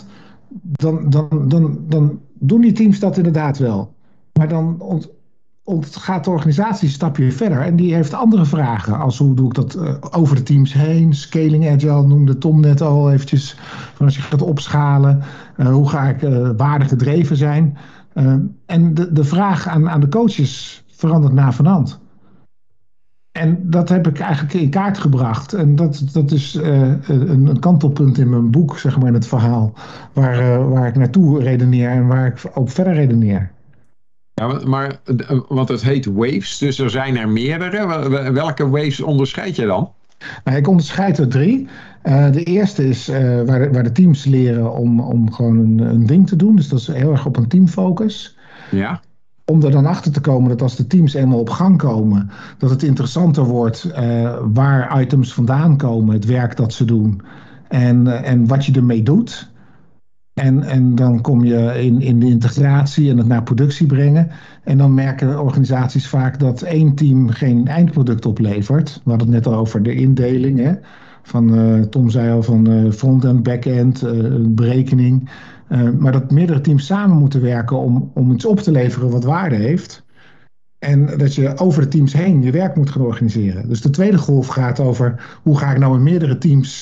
dan doen die teams dat inderdaad wel. Maar dan gaat de organisatie een stapje verder en die heeft andere vragen. Als hoe doe ik dat over de teams heen? Scaling Agile noemde Tom net al eventjes. Van als je gaat opschalen, hoe ga ik waardegedreven zijn? En de vraag aan de coaches verandert na van hand. En dat heb ik eigenlijk in kaart gebracht. En dat is een kantelpunt in mijn boek, zeg maar, in het verhaal. Waar ik naartoe redeneer en waar ik op verder redeneer. Ja, maar want het heet waves, dus er zijn er meerdere. Welke waves onderscheid je dan? Nou, ik onderscheid er 3. De eerste is waar de teams leren om gewoon een ding te doen. Dus dat is heel erg op een teamfocus. Ja. Om er dan achter te komen dat als de teams eenmaal op gang komen, dat het interessanter wordt waar items vandaan komen, het werk dat ze doen en wat je ermee doet. En dan kom je in de integratie en het naar productie brengen. En dan merken organisaties vaak dat 1 team geen eindproduct oplevert. We hadden het net al over de indeling. Hè? Tom zei al van front-end, back-end, berekening. Maar dat meerdere teams samen moeten werken om iets op te leveren wat waarde heeft. En dat je over de teams heen je werk moet gaan organiseren. Dus de tweede golf gaat over hoe ga ik nou in meerdere teams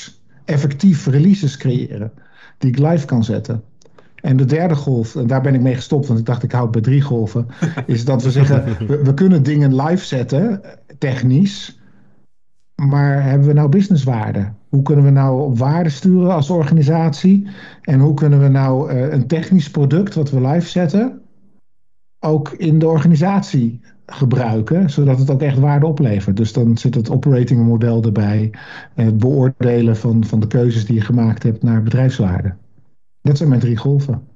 effectief releases creëren die ik live kan zetten. En de derde golf, en daar ben ik mee gestopt, want ik dacht ik hou het bij 3 golven, is dat we zeggen, we kunnen dingen live zetten, technisch, maar hebben we nou businesswaarde? Hoe kunnen we nou op waarde sturen als organisatie? En hoe kunnen we nou een technisch product wat we live zetten ook in de organisatie gebruiken, zodat het ook echt waarde oplevert? Dus dan zit het operating model erbij, het beoordelen van de keuzes die je gemaakt hebt naar bedrijfswaarde. Dat zijn mijn 3 golven.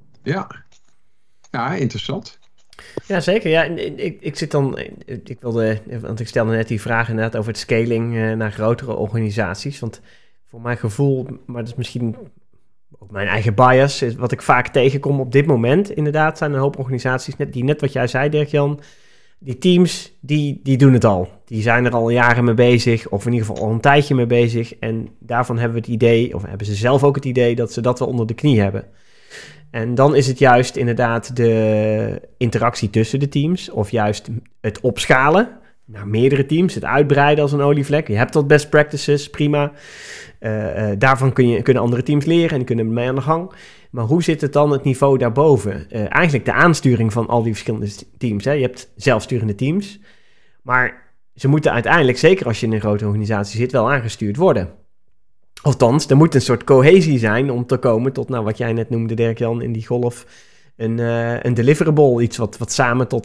Ja, interessant. Ja, zeker. Ja, ik zit dan... want ik stelde net die vraag inderdaad over het scaling naar grotere organisaties. Want voor mijn gevoel, maar dat is misschien ook mijn eigen bias, is wat ik vaak tegenkom op dit moment. Inderdaad zijn een hoop organisaties, die net wat jij zei, Dirk-Jan, die teams, die doen het al. Die zijn er al jaren mee bezig, of in ieder geval al een tijdje mee bezig. En daarvan hebben we het idee, of hebben ze zelf ook het idee, dat ze dat wel onder de knie hebben. En dan is het juist inderdaad de interactie tussen de teams, of juist het opschalen naar meerdere teams, het uitbreiden als een olievlek. Je hebt wat best practices, prima. Daarvan kunnen andere teams leren en kunnen mee aan de gang. Maar hoe zit het dan het niveau daarboven? Eigenlijk de aansturing van al die verschillende teams. Hè? Je hebt zelfsturende teams, maar ze moeten uiteindelijk, zeker als je in een grote organisatie zit, wel aangestuurd worden. Althans, er moet een soort cohesie zijn om te komen tot, nou, wat jij net noemde, Dirk-Jan, in die golf, een deliverable, iets wat samen tot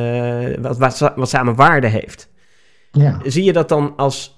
wat samen waarde heeft. Ja. Zie je dat dan als...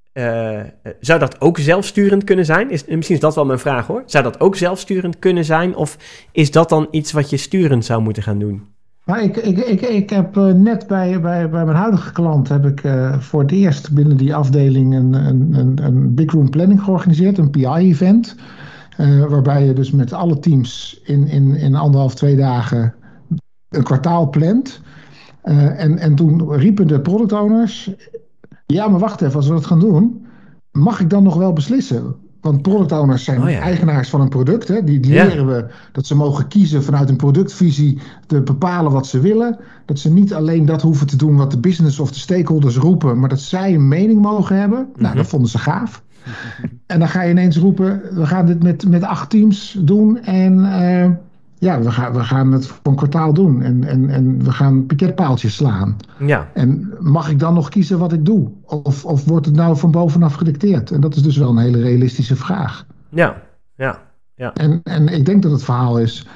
zou dat ook zelfsturend kunnen zijn? Misschien is dat wel mijn vraag, hoor. Zou dat ook zelfsturend kunnen zijn? Of is dat dan iets wat je sturend zou moeten gaan doen? Maar ik heb net bij mijn huidige klant heb ik voor het eerst binnen die afdeling een Big Room Planning georganiseerd, een PI-event. Waarbij je dus met alle teams in 1,5-2 dagen een kwartaal plant. En toen riepen de product owners, ja, maar wacht even, als we dat gaan doen, mag ik dan nog wel beslissen? Want product owners zijn eigenaars van een product. Hè? Die leren we dat ze mogen kiezen vanuit een productvisie te bepalen wat ze willen. Dat ze niet alleen dat hoeven te doen wat de business of de stakeholders roepen, maar dat zij een mening mogen hebben. Nou, dat vonden ze gaaf. En dan ga je ineens roepen, we gaan dit met 8 teams doen en we gaan het voor een kwartaal doen. En we gaan piketpaaltjes slaan. Ja. En mag ik dan nog kiezen wat ik doe? Of wordt het nou van bovenaf gedicteerd? En dat is dus wel een hele realistische vraag. Ja. En ik denk dat het verhaal is,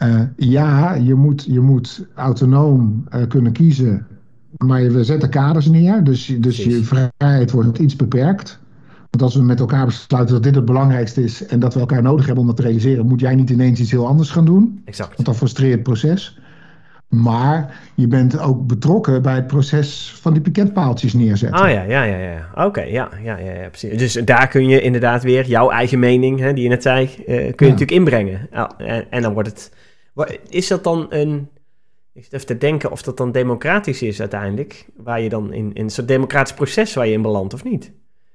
je moet autonoom kunnen kiezen, maar we zetten kaders neer. Dus je vrijheid wordt iets beperkt. Want als we met elkaar besluiten dat dit het belangrijkste is en dat we elkaar nodig hebben om dat te realiseren, moet jij niet ineens iets heel anders gaan doen. Exact. Want dan frustreert het proces. Maar je bent ook betrokken bij het proces van die piketpaaltjes neerzetten. Ja. Oké, ja, precies. Dus daar kun je inderdaad weer jouw eigen mening, hè, die je net zei, kun je natuurlijk inbrengen. En dan wordt het... Is dat dan een... Ik zit even te denken of dat dan democratisch is uiteindelijk, waar je dan in een soort democratisch proces waar je in belandt, of niet?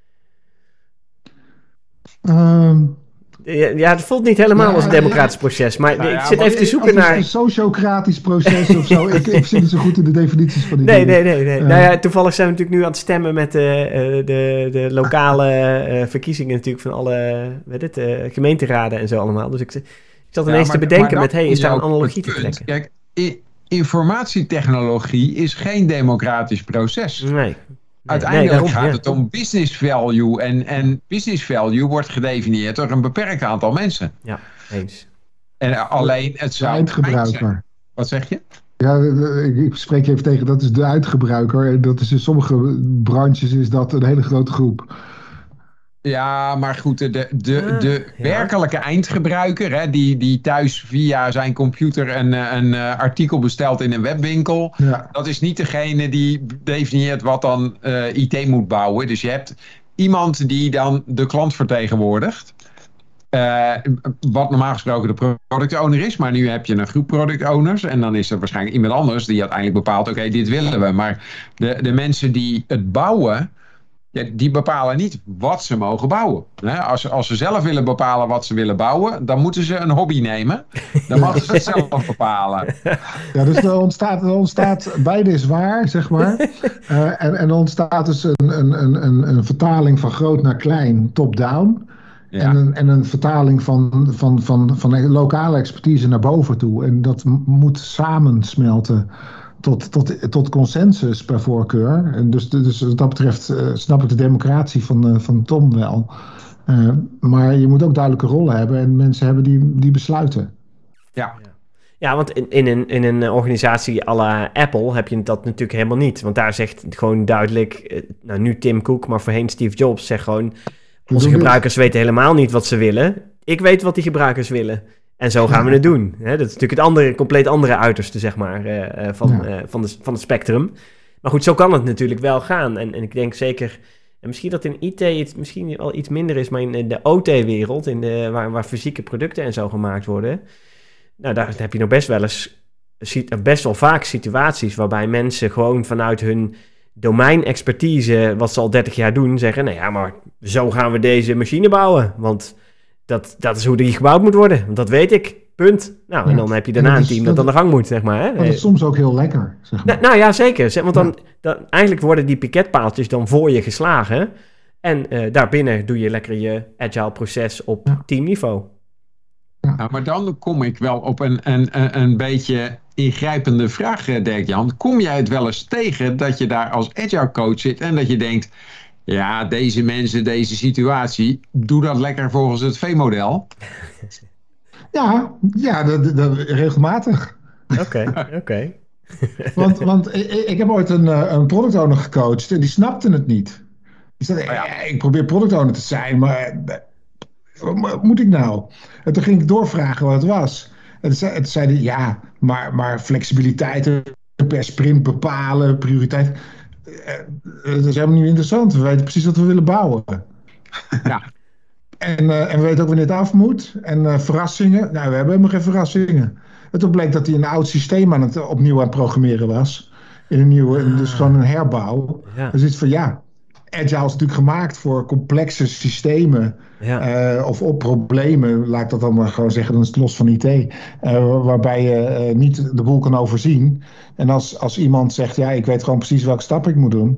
Ja, het voelt niet helemaal als een democratisch proces, maar ik zit even te zoeken naar... Een sociocratisch proces of zo, ik zit niet zo goed in de definities van die dingen. Nee. Toevallig zijn we natuurlijk nu aan het stemmen met de lokale verkiezingen natuurlijk van alle gemeenteraden en zo allemaal. Dus ik zat ineens te bedenken met, is daar een analogie te trekken? Kijk, informatietechnologie is geen democratisch proces. Nee. Uiteindelijk gaat het om business value. En business value wordt gedefinieerd door een beperkt aantal mensen. Ja, eens. En alleen het zou... De eindgebruiker. Wat zeg je? Ja, ik spreek je even tegen, dat is de eindgebruiker. En dat is in sommige branches is dat een hele grote groep. Ja, maar goed, de werkelijke eindgebruiker, hè, die thuis via zijn computer een artikel bestelt in een webwinkel, dat is niet degene die definieert wat dan IT moet bouwen. Dus je hebt iemand die dan de klant vertegenwoordigt, wat normaal gesproken de product owner is, maar nu heb je een groep product owners en dan is er waarschijnlijk iemand anders die uiteindelijk bepaalt, oké, dit willen we. Maar de mensen die het bouwen, die bepalen niet wat ze mogen bouwen. Als ze zelf willen bepalen wat ze willen bouwen, dan moeten ze een hobby nemen. Dan mogen ze het zelf bepalen. Ja, dus er ontstaat beide is waar, zeg maar. En er ontstaat dus een vertaling van groot naar klein, top-down. Ja. En een vertaling van lokale expertise naar boven toe. En dat moet samensmelten tot consensus per voorkeur. En dus wat dat betreft snap ik de democratie van Tom wel. Maar je moet ook duidelijke rollen hebben en mensen hebben die besluiten. Ja, want in een organisatie à la Apple heb je dat natuurlijk helemaal niet. Want daar zegt gewoon duidelijk, nu Tim Cook, maar voorheen Steve Jobs, zegt gewoon, onze gebruikers weten helemaal niet wat ze willen. Ik weet wat die gebruikers willen. En zo gaan we het doen. Dat is natuurlijk het compleet andere uiterste, zeg maar, van het spectrum. Maar goed, zo kan het natuurlijk wel gaan. En ik denk zeker, en misschien dat in IT het misschien al iets minder is, maar in de OT-wereld, waar fysieke producten en zo gemaakt worden, nou, daar heb je nog best wel vaak situaties waarbij mensen gewoon vanuit hun domeinexpertise, wat ze al 30 jaar doen, zeggen, nou ja, maar zo gaan we deze machine bouwen. Want dat is hoe die gebouwd moet worden. Want dat weet ik. Punt. Nou, en dan heb je daarna een team dat aan de gang moet, zeg maar. Hè? Dat is soms ook heel lekker, zeg maar. Nou ja, zeker. Want dan eigenlijk worden die piketpaaltjes dan voor je geslagen. En daarbinnen doe je lekker je agile proces op teamniveau. Nou, maar dan kom ik wel op een beetje ingrijpende vraag, Dirk-Jan. Kom jij het wel eens tegen dat je daar als agile coach zit en dat je denkt, ja, deze mensen, deze situatie, doe dat lekker volgens het V-model? Ja, dat regelmatig. Oké. Want ik heb ooit een product owner gecoacht en die snapte het niet. Die zei, ik probeer product owner te zijn, maar wat moet ik nou? En toen ging ik doorvragen wat het was. En toen zei hij, ja, maar flexibiliteit per sprint bepalen, prioriteit. Dat is helemaal niet interessant. We weten precies wat we willen bouwen. Ja. En we weten ook wanneer het af moet. En verrassingen. Nou, we hebben helemaal geen verrassingen. En toen bleek dat hij een oud systeem opnieuw aan het programmeren was. Dus gewoon een herbouw. Ja. Dus iets van, agile is natuurlijk gemaakt voor complexe systemen. Ja. Of op problemen, laat ik dat dan maar gewoon zeggen, dan is het los van IT. Waarbij je niet de boel kan overzien. En als iemand zegt, ik weet gewoon precies welke stap ik moet doen.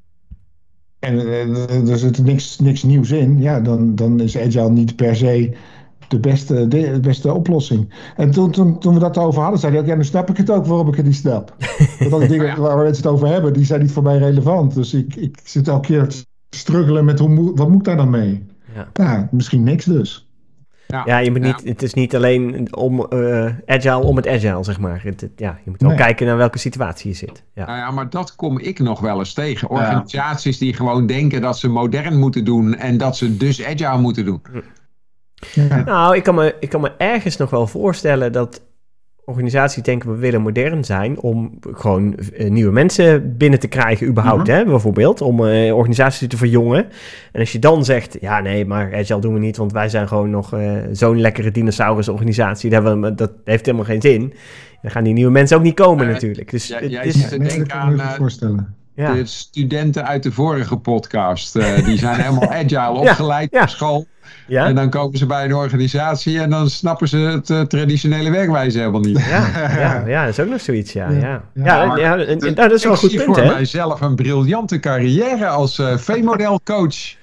En er zit niks nieuws in. Ja, dan is agile niet per se de beste oplossing. En toen we dat over hadden, zei hij ook, nu snap ik het ook waarom ik het niet snap. Want al die dingen waar mensen het over hebben, die zijn niet voor mij relevant. Dus ik zit elke keer te struggelen met wat moet ik daar dan mee? Ja, misschien niks dus. Ja, je moet niet, het is niet alleen agile om het agile, zeg maar. Je moet wel kijken naar welke situatie je zit. Ja. Nou ja, maar dat kom ik nog wel eens tegen. Organisaties die gewoon denken dat ze modern moeten doen en dat ze dus agile moeten doen. Ja. Nou, ik kan me ergens nog wel voorstellen dat organisaties denken we willen modern zijn om gewoon nieuwe mensen binnen te krijgen überhaupt, hè, bijvoorbeeld, om organisaties te verjongen. En als je dan zegt, nee, maar agile doen we niet, want wij zijn gewoon nog zo'n lekkere dinosaurusorganisatie, dat heeft helemaal geen zin. Dan gaan die nieuwe mensen ook niet komen natuurlijk. Dus jij zit te denken aan de studenten uit de vorige podcast. Die zijn helemaal agile opgeleid op school. Ja? En dan komen ze bij een organisatie en dan snappen ze het traditionele werkwijze helemaal niet. Ja, dat is ook nog zoiets, dat is wel een goed punt, hè? Ik zie voor mijzelf een briljante carrière als V-model-coach.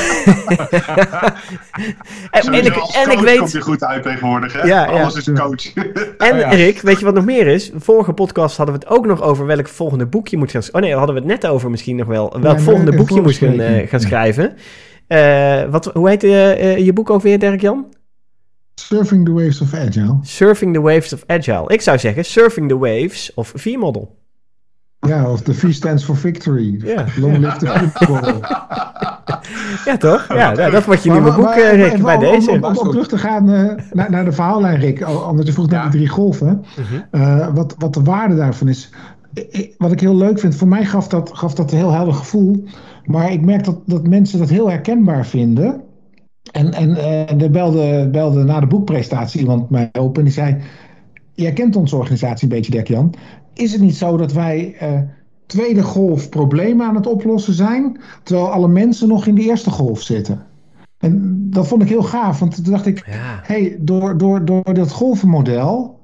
en ik weet, komt je goed uit tegenwoordig, hè? Alles is coach. En Rick, weet je wat nog meer is? Vorige podcast hadden we het ook nog over welk volgende boek je moet gaan schrijven. Hadden we het net over misschien nog wel. Welk volgende boek je moet gaan schrijven. Hoe heet je boek ook weer, Dirk-Jan? Surfing the Waves of Agile. Surfing the Waves of Agile. Ik zou zeggen Surfing the Waves of V-model. Ja, of de V stands for victory. Long live the V-model. Ja, toch? Ja, dat is wat je nieuwe boek, Rick, bij deze. Om terug te gaan naar de verhaallijn, Rick. Omdat je vroeg naar die 3 golven. Wat de waarde daarvan is. Wat ik heel leuk vind, voor mij gaf dat een heel helder gevoel. Maar ik merk dat mensen dat heel herkenbaar vinden. En er belde na de boekpresentatie iemand mij op en die zei, jij kent onze organisatie een beetje, Dirk-Jan. Is het niet zo dat wij tweede golf problemen aan het oplossen zijn, terwijl alle mensen nog in de eerste golf zitten? En dat vond ik heel gaaf, want toen dacht ik, door dat golvenmodel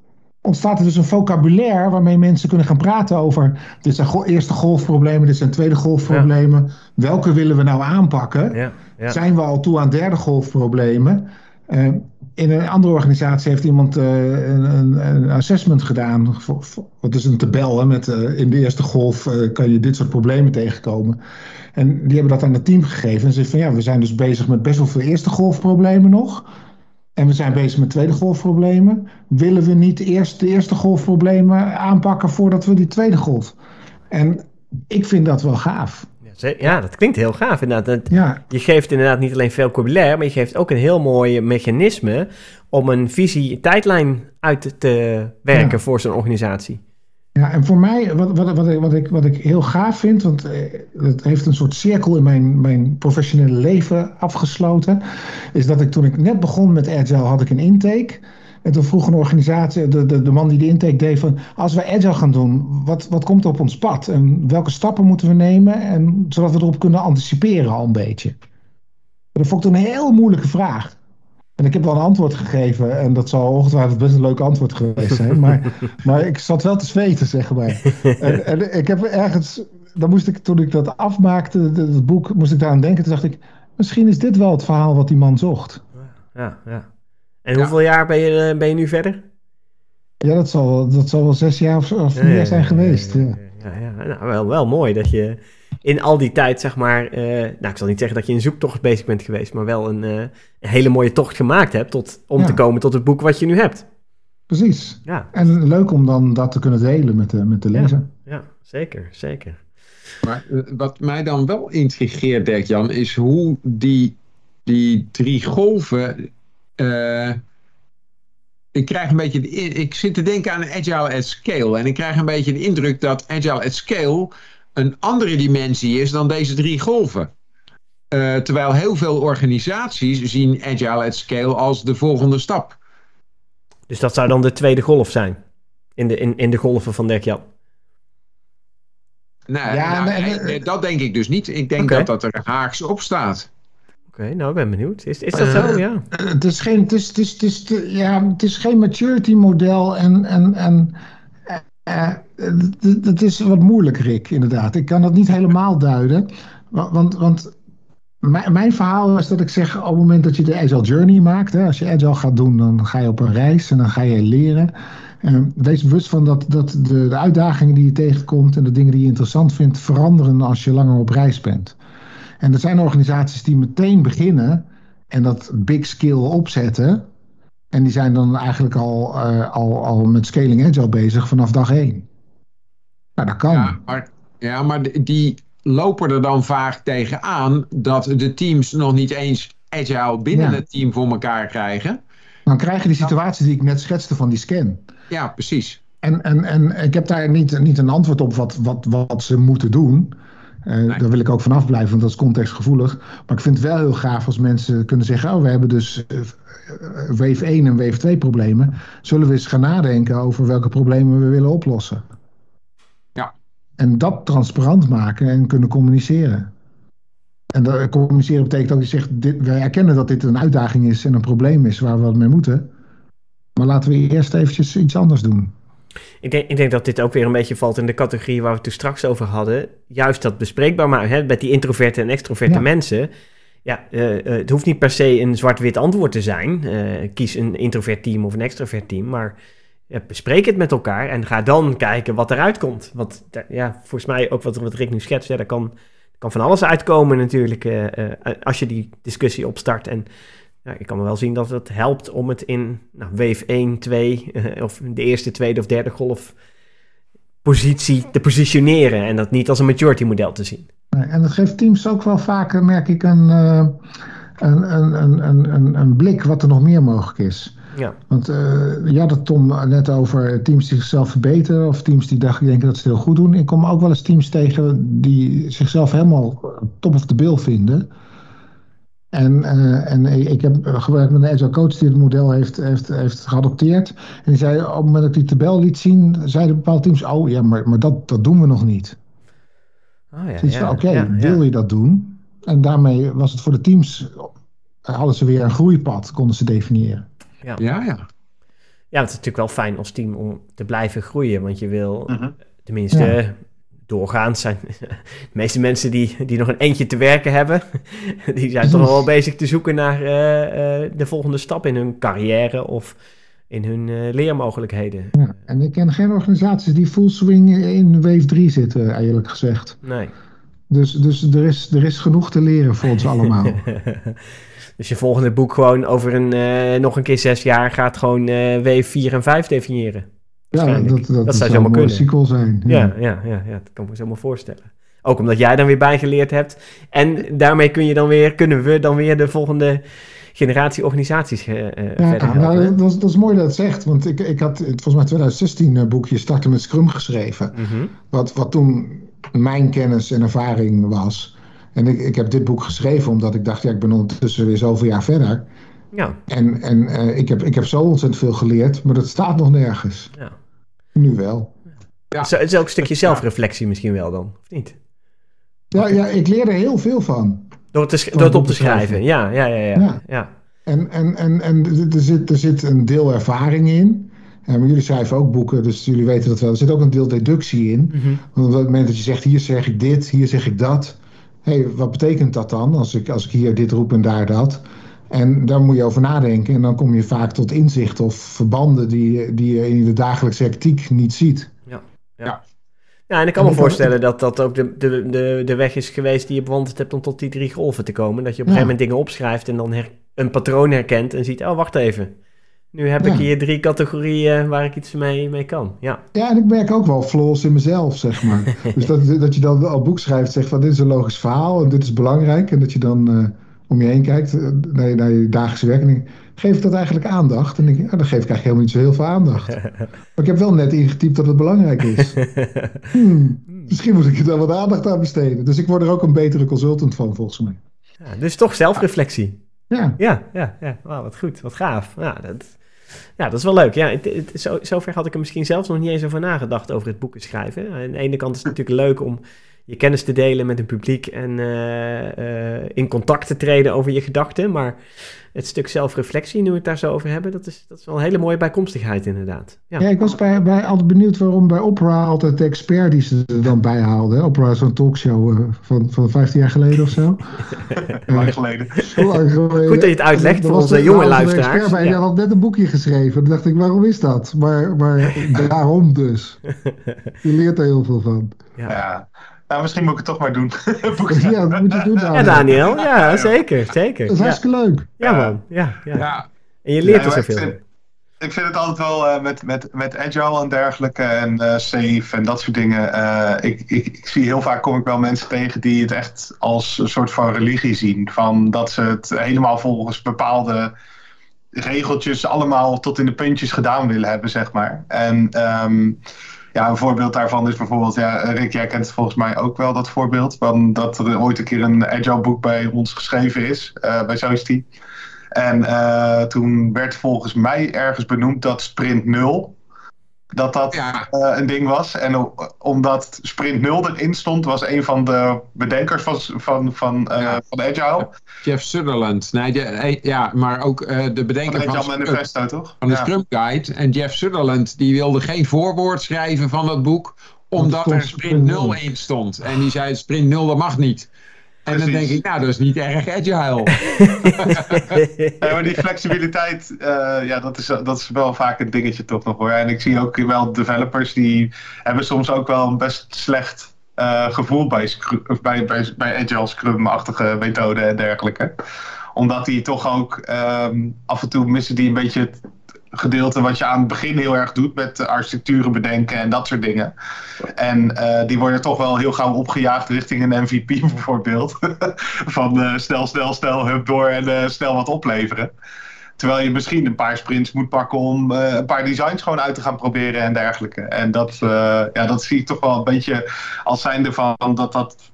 ontstaat er dus een vocabulaire waarmee mensen kunnen gaan praten over, dit zijn eerste golfproblemen, dit zijn tweede golfproblemen. Ja. Welke willen we nou aanpakken? Ja. Zijn we al toe aan derde golfproblemen? In een andere organisatie heeft iemand een assessment gedaan. Wat is een tabel, hè, met in de eerste golf kan je dit soort problemen tegenkomen. En die hebben dat aan het team gegeven. En ze zeggen van we zijn dus bezig met best wel veel eerste golfproblemen nog. En we zijn bezig met tweede golfproblemen. Willen we niet eerst de eerste golfproblemen aanpakken voordat we die tweede golf? En ik vind dat wel gaaf. Ja, dat klinkt heel gaaf inderdaad. Je geeft inderdaad niet alleen vocabulaire, maar je geeft ook een heel mooi mechanisme om een tijdlijn uit te werken voor zo'n organisatie. Ja, en voor mij, wat ik heel gaaf vind, want het heeft een soort cirkel in mijn professionele leven afgesloten, is dat toen ik net begon met Agile, had ik een intake. En toen vroeg een organisatie, de man die de intake deed, van als we Agile gaan doen, wat komt er op ons pad? En welke stappen moeten we nemen? En zodat we erop kunnen anticiperen al een beetje. Dat vond ik toen een heel moeilijke vraag. En ik heb wel een antwoord gegeven. En dat zal ongetwijfeld best een leuk antwoord geweest zijn. Maar ik zat wel te zweten, zeg maar. En ik heb ergens, toen ik dat afmaakte, het boek, moest ik daaraan denken. Toen dacht ik, misschien is dit wel het verhaal wat die man zocht. Ja. En hoeveel jaar ben je nu verder? Ja, dat zal wel 6 jaar of meer zijn geweest. Ja. Nou, wel mooi dat je in al die tijd, zeg maar, ik zal niet zeggen dat je in zoektocht bezig bent geweest, maar wel een hele mooie tocht gemaakt hebt om te komen tot het boek wat je nu hebt. Precies. Ja. En leuk om dan dat te kunnen delen met de lezer. Ja, zeker. Maar wat mij dan wel intrigeert, Dirk-Jan, is hoe die 3 golven. Ik zit te denken aan Agile at Scale. En ik krijg een beetje de indruk dat Agile at Scale een andere dimensie is dan deze 3 golven. Terwijl heel veel organisaties zien Agile at Scale als de volgende stap. Dus dat zou dan de tweede golf zijn? In de golven van Dirk-Jan? Nee, dat denk ik dus niet. Ik denk dat er haaks op staat. Oké, nou, ik ben benieuwd. Is dat zo? Ja. Het is geen maturity model en dat is wat moeilijk, Rick, inderdaad. Ik kan dat niet helemaal duiden. Want mijn verhaal is dat ik zeg, op het moment dat je de Agile Journey maakt, hè, als je Agile gaat doen, dan ga je op een reis en dan ga je leren. Wees bewust van dat de uitdagingen die je tegenkomt en de dingen die je interessant vindt, veranderen als je langer op reis bent. En er zijn organisaties die meteen beginnen en dat big skill opzetten. En die zijn dan eigenlijk al met Scaling Agile bezig vanaf dag 1. Nou, dat kan. Maar die lopen er dan vaak tegenaan dat de teams nog niet eens Agile binnen het team voor elkaar krijgen. Dan krijg je die situatie die ik net schetste van die scan. Ja, precies. En ik heb daar niet een antwoord op wat ze moeten doen. Nee. Daar wil ik ook vanaf blijven, want dat is contextgevoelig. Maar ik vind het wel heel gaaf als mensen kunnen zeggen, we hebben dus wave 1 en wave 2 problemen. Zullen we eens gaan nadenken over welke problemen we willen oplossen? Ja. En dat transparant maken en kunnen communiceren. En communiceren betekent ook dat je zegt, wij erkennen dat dit een uitdaging is en een probleem is waar we wat mee moeten. Maar laten we eerst eventjes iets anders doen. Ik denk dat dit ook weer een beetje valt in de categorie waar we het toen straks over hadden. Juist dat bespreekbaar maken, met die introverte en extroverte mensen. Ja, het hoeft niet per se een zwart-wit antwoord te zijn. Kies een introvert team of een extrovert team. Maar bespreek het met elkaar en ga dan kijken wat eruit komt. Want volgens mij ook wat Rick nu schetst, daar kan van alles uitkomen natuurlijk als je die discussie opstart. En ik kan me wel zien dat het helpt om het in wave 1, 2 of de eerste, tweede of derde golf positie te positioneren. En dat niet als een maturity model te zien. En dat geeft teams ook wel vaak, merk ik, een blik wat er nog meer mogelijk is. Ja. Want je had het, Tom, net over teams die zichzelf verbeteren of teams die denken dat ze het heel goed doen. Ik kom ook wel eens teams tegen die zichzelf helemaal top of the bill vinden. En ik heb gewerkt met een Agile coach die het model heeft geadopteerd. En die zei, op het moment dat ik die tabel liet zien, zeiden bepaalde teams, maar dat doen we nog niet. Wil je dat doen? En daarmee was het voor de teams, hadden ze weer een groeipad, konden ze definiëren. Ja. Ja, het is natuurlijk wel fijn als team om te blijven groeien. Want je wil tenminste doorgaans zijn. De meeste mensen die nog een eentje te werken hebben, die zijn toch wel bezig te zoeken naar de volgende stap in hun carrière of in hun leermogelijkheden. Ja, en ik ken geen organisaties die full swing in wave 3 zitten, eerlijk gezegd. Nee. Dus er is genoeg te leren voor ons allemaal. Dus je volgende boek gewoon over nog een keer 6 jaar gaat gewoon wave 4 en 5 definiëren. Ja, dat zou zomaar kunnen. Een sequel zijn. Ja, dat kan ik me zo maar voorstellen. Ook omdat jij dan weer bijgeleerd hebt. En daarmee kunnen we dan weer de volgende generatie organisaties verder helpen. Nou, dat is mooi dat het zegt. Want ik had volgens mij 2016 boekje Starten met Scrum geschreven. Mm-hmm. Wat toen mijn kennis en ervaring was. En ik heb dit boek geschreven omdat ik dacht, ik ben ondertussen weer zoveel jaar verder. Ja. En ik heb zo ontzettend veel geleerd, maar dat staat nog nergens. Ja. Nu wel. Ja. Het is ook een stukje zelfreflectie misschien wel dan, of niet? Ja, ik leer er heel veel van. Door het op te schrijven, ja. En er zit een deel ervaring in. Maar jullie schrijven ook boeken, dus jullie weten dat wel. Er zit ook een deel deductie in. Mm-hmm. Want op het moment dat je zegt, hier zeg ik dit, hier zeg ik dat. Wat betekent dat dan als ik hier dit roep en daar dat? En daar moet je over nadenken. En dan kom je vaak tot inzicht of verbanden die je in de dagelijkse hectiek niet ziet. Ja, en ik kan me voorstellen dat ook de weg is geweest die je bewandeld hebt om tot die 3 golven te komen. Dat je op een gegeven moment dingen opschrijft en dan een patroon herkent en ziet, wacht even. Nu heb ik hier 3 categorieën waar ik iets mee kan. Ja, en ik merk ook wel flaws in mezelf, zeg maar. Dus dat je dan al boek schrijft, zegt van dit is een logisch verhaal en dit is belangrijk. En dat je dan om je heen kijkt naar je dagelijkse werk. Geef ik dat eigenlijk aandacht? En dan denk ik, dan geef ik eigenlijk helemaal niet zo heel veel aandacht. Maar ik heb wel net ingetypt dat het belangrijk is. Misschien moet ik er dan wat aandacht aan besteden. Dus ik word er ook een betere consultant van, volgens mij. Ja, dus toch zelfreflectie. Ja. Wauw, wat goed, wat gaaf. Ja, dat is wel leuk. Ja, zover had ik er misschien zelfs nog niet eens over nagedacht over het boeken schrijven. Aan de ene kant is het natuurlijk leuk om je kennis te delen met een publiek en in contact te treden over je gedachten. Maar het stuk zelfreflectie, nu we het daar zo over hebben, dat is wel een hele mooie bijkomstigheid inderdaad. Ja, ik was altijd benieuwd waarom bij Oprah altijd de expert die ze er dan bij haalden. Oprah is zo'n talkshow van 15 jaar geleden of zo. Lang geleden. Goed dat je het uitlegt voor onze jonge luisteraars. Je had net een boekje geschreven. Dan dacht ik, waarom is dat? Maar daarom dus. Je leert er heel veel van. Ja. Nou, misschien moet ik het toch maar doen. Ja, dat moet je doen, Daniel. Ja, Daniel. Ja, zeker. Dat is hartstikke leuk. Ja, man. Ja. En je leert er zoveel. Ik vind het altijd wel met agile en dergelijke en safe en dat soort dingen. Ik zie heel vaak, kom ik wel mensen tegen die het echt als een soort van religie zien. Van dat ze het helemaal volgens bepaalde regeltjes allemaal tot in de puntjes gedaan willen hebben, zeg maar. En een voorbeeld daarvan is bijvoorbeeld, Rick, jij kent volgens mij ook wel dat voorbeeld, van dat er ooit een keer een agile boek bij ons geschreven is, bij Society. En toen werd volgens mij ergens benoemd dat Sprint 0, dat een ding was. En omdat Sprint 0 erin stond, was een van de bedenkers van Agile. Jeff Sutherland. Maar ook de bedenker van Agile Manifesto, toch? Van de Scrum Guide. En Jeff Sutherland, die wilde geen voorwoord schrijven van dat boek, omdat er Sprint 0 in stond. En die zei, Sprint 0, dat mag niet. En precies. Dan denk ik, dat is niet erg agile. Maar die flexibiliteit, dat is wel vaak een dingetje toch nog hoor. En ik zie ook wel developers die hebben soms ook wel een best slecht gevoel bij agile scrum-achtige methoden en dergelijke. Omdat die toch ook af en toe missen die een beetje het gedeelte wat je aan het begin heel erg doet met architecturen bedenken en dat soort dingen. En die worden toch wel heel gauw opgejaagd richting een MVP bijvoorbeeld. Van snel, hup door en snel wat opleveren. Terwijl je misschien een paar sprints moet pakken om een paar designs gewoon uit te gaan proberen en dergelijke. En dat zie ik toch wel een beetje als zijnde van dat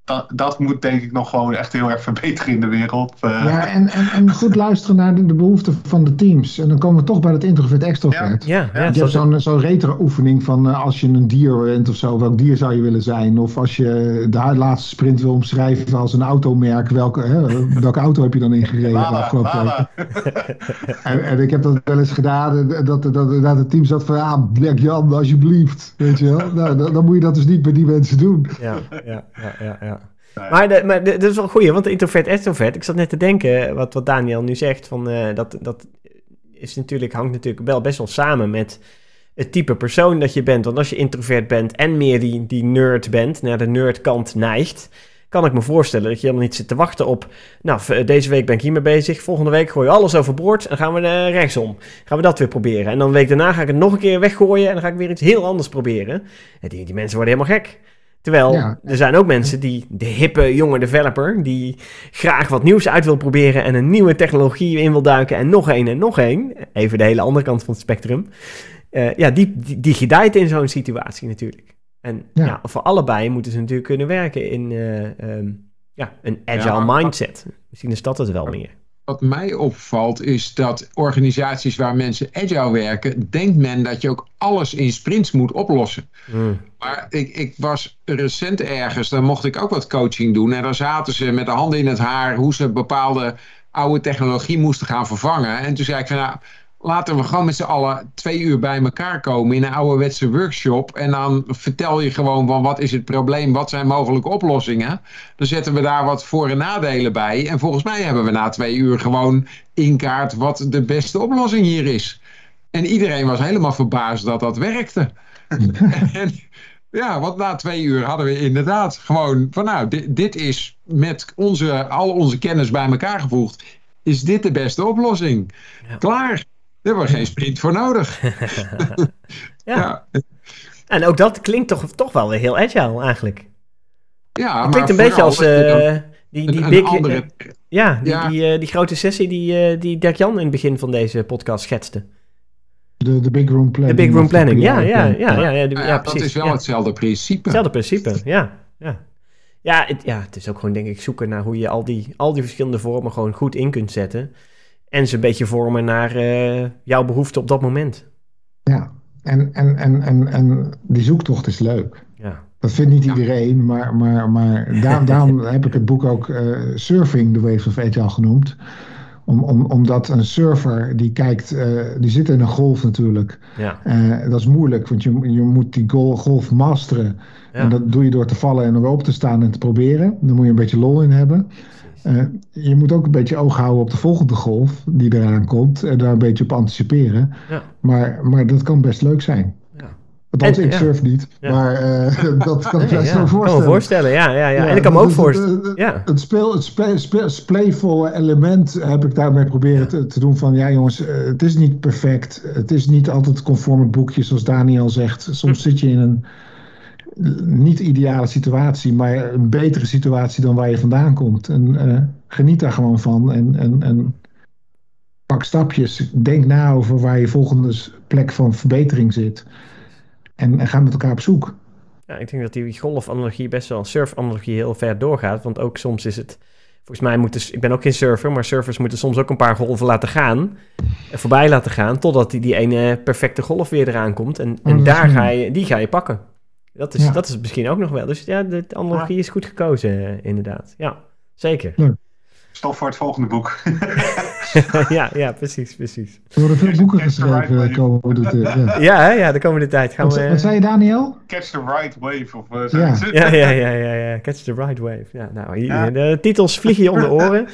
dat moet denk ik nog gewoon echt heel erg verbeteren in de wereld. Ja, en goed luisteren naar de behoeften van de teams. En dan komen we toch bij het introvert-extrovert. Ja. Je hebt zo'n retro-oefening van als je een dier bent of zo, welk dier zou je willen zijn? Of als je de laatste sprint wil omschrijven als een automerk, welke auto heb je dan ingereden de afgelopen weken? En ik heb dat wel eens gedaan, dat het team zat van, Black Jan, alsjeblieft. Weet je wel? Nou, dan moet je dat dus niet bij die mensen doen. Ja. Maar dat is wel een goeie, want de introvert-extrovert, ik zat net te denken, wat Daniel nu zegt, van, dat is hangt natuurlijk wel best wel samen met het type persoon dat je bent. Want als je introvert bent en meer die nerd bent, naar de nerdkant neigt, kan ik me voorstellen dat je helemaal niet zit te wachten op, deze week ben ik hiermee bezig, volgende week gooi je alles overboord en gaan we rechtsom. Gaan we dat weer proberen. En dan een week daarna ga ik het nog een keer weggooien en dan ga ik weer iets heel anders proberen. En die mensen worden helemaal gek. Terwijl, er zijn ook mensen de hippe jonge developer, die graag wat nieuws uit wil proberen en een nieuwe technologie in wil duiken en nog één. Even de hele andere kant van het spectrum. Die gedijt in zo'n situatie natuurlijk. En voor allebei moeten ze natuurlijk kunnen werken in een agile mindset. Misschien is dat het wel meer. Wat mij opvalt is dat organisaties waar mensen agile werken, denkt men dat je ook alles in sprints moet oplossen. Maar ik was recent ergens, daar mocht ik ook wat coaching doen. En daar zaten ze met de handen in het haar hoe ze bepaalde oude technologie moesten gaan vervangen. En toen zei ik van laten we gewoon met z'n allen 2 uur bij elkaar komen in een ouderwetse workshop. En dan vertel je gewoon van wat is het probleem, wat zijn mogelijke oplossingen. Dan zetten we daar wat voor- en nadelen bij. En volgens mij hebben we na 2 uur gewoon in kaart wat de beste oplossing hier is. En iedereen was helemaal verbaasd dat dat werkte. Want na 2 uur hadden we inderdaad gewoon van dit is met al onze kennis bij elkaar gevoegd. Is dit de beste oplossing? Ja. Klaar. Daar hebben we geen sprint voor nodig. En ook dat klinkt toch wel weer heel agile eigenlijk. Ja, het klinkt een beetje als die grote sessie die Dirk Jan in het begin van deze podcast schetste. De Big Room Planning. De Big Room Planning, precies. Dat is wel hetzelfde principe. Hetzelfde principe, ja. Het is ook gewoon denk ik zoeken naar hoe je al die verschillende vormen gewoon goed in kunt zetten. En ze een beetje vormen naar jouw behoefte op dat moment. Ja, en die zoektocht is leuk. Ja. Dat vindt niet iedereen, maar daarom heb ik het boek ook Surfing the Waves of Agile genoemd. Omdat een surfer die kijkt, die zit in een golf natuurlijk. Ja. Dat is moeilijk, want je moet die golf masteren. Ja. En dat doe je door te vallen en erop te staan en te proberen. Dan moet je een beetje lol in hebben. Je moet ook een beetje oog houden op de volgende golf die eraan komt. En daar een beetje op anticiperen. Ja. Maar dat kan best leuk zijn. Ja. Althans, ik surf niet. Ja. Maar dat kan ik best zo voorstellen. Kan me voorstellen, ja. En ik kan me ook voorstellen. Het playful element heb ik daarmee proberen te doen van... Ja jongens, het is niet perfect. Het is niet altijd conform het boekje zoals Daniel zegt. Soms zit je in een niet ideale situatie, maar een betere situatie dan waar je vandaan komt. En geniet daar gewoon van. En pak stapjes. Denk na over waar je volgende plek van verbetering zit. En ga met elkaar op zoek. Ja, ik denk dat die golfanalogie best wel een surfanalogie heel ver doorgaat. Want ook soms is het... Volgens mij ik ben ook geen surfer, maar surfers moeten soms ook een paar golven laten gaan. Voorbij laten gaan, totdat die ene perfecte golf weer eraan komt. En daar ga je pakken. Dat is misschien ook nog wel. Dus ja, de analogie is goed gekozen, inderdaad. Ja, zeker. Leuk. Stof voor het volgende boek. ja, precies. Er worden veel boeken geschreven de komende tijd. Ja, de komende tijd gaan we... Wat zei je, Daniel? Catch the Right Wave. Ja. Catch the Right Wave. Ja, nou, de titels vliegen je om de oren.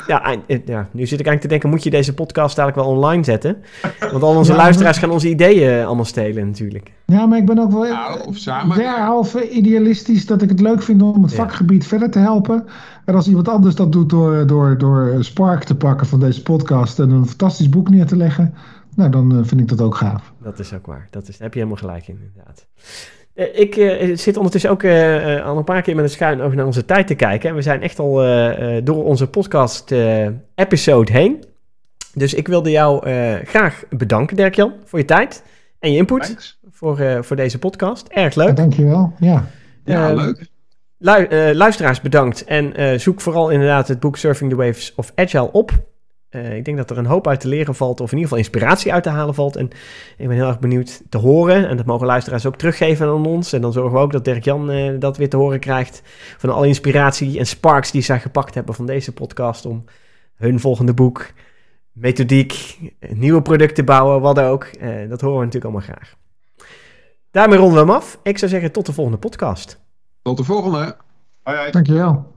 Nu zit ik eigenlijk te denken, moet je deze podcast eigenlijk wel online zetten? Want al onze luisteraars gaan onze ideeën allemaal stelen natuurlijk. Ja, maar ik ben ook wel derhalve idealistisch dat ik het leuk vind om het vakgebied verder te helpen. En als iemand anders dat doet door Spark te pakken van deze podcast en een fantastisch boek neer te leggen, nou, dan vind ik dat ook gaaf. Dat is ook waar. Daar heb je helemaal gelijk in, inderdaad. Ik zit ondertussen ook al een paar keer met een schuin oog naar onze tijd te kijken. En we zijn echt al door onze podcast-episode heen. Dus ik wilde jou graag bedanken, Dirk-Jan, voor je tijd en je input voor deze podcast. Erg leuk. Ja, dankjewel. Ja, leuk. Luisteraars bedankt. En zoek vooral inderdaad het boek Surfing the Waves of Agile op. Ik denk dat er een hoop uit te leren valt, of in ieder geval inspiratie uit te halen valt. En ik ben heel erg benieuwd te horen. En dat mogen luisteraars ook teruggeven aan ons. En dan zorgen we ook dat Dirk-Jan dat weer te horen krijgt. Van alle inspiratie en sparks die zij gepakt hebben van deze podcast. Om hun volgende boek, methodiek, nieuwe producten bouwen, wat ook. Dat horen we natuurlijk allemaal graag. Daarmee ronden we hem af. Ik zou zeggen tot de volgende podcast. Tot de volgende. Hoi, hoi. Dankjewel.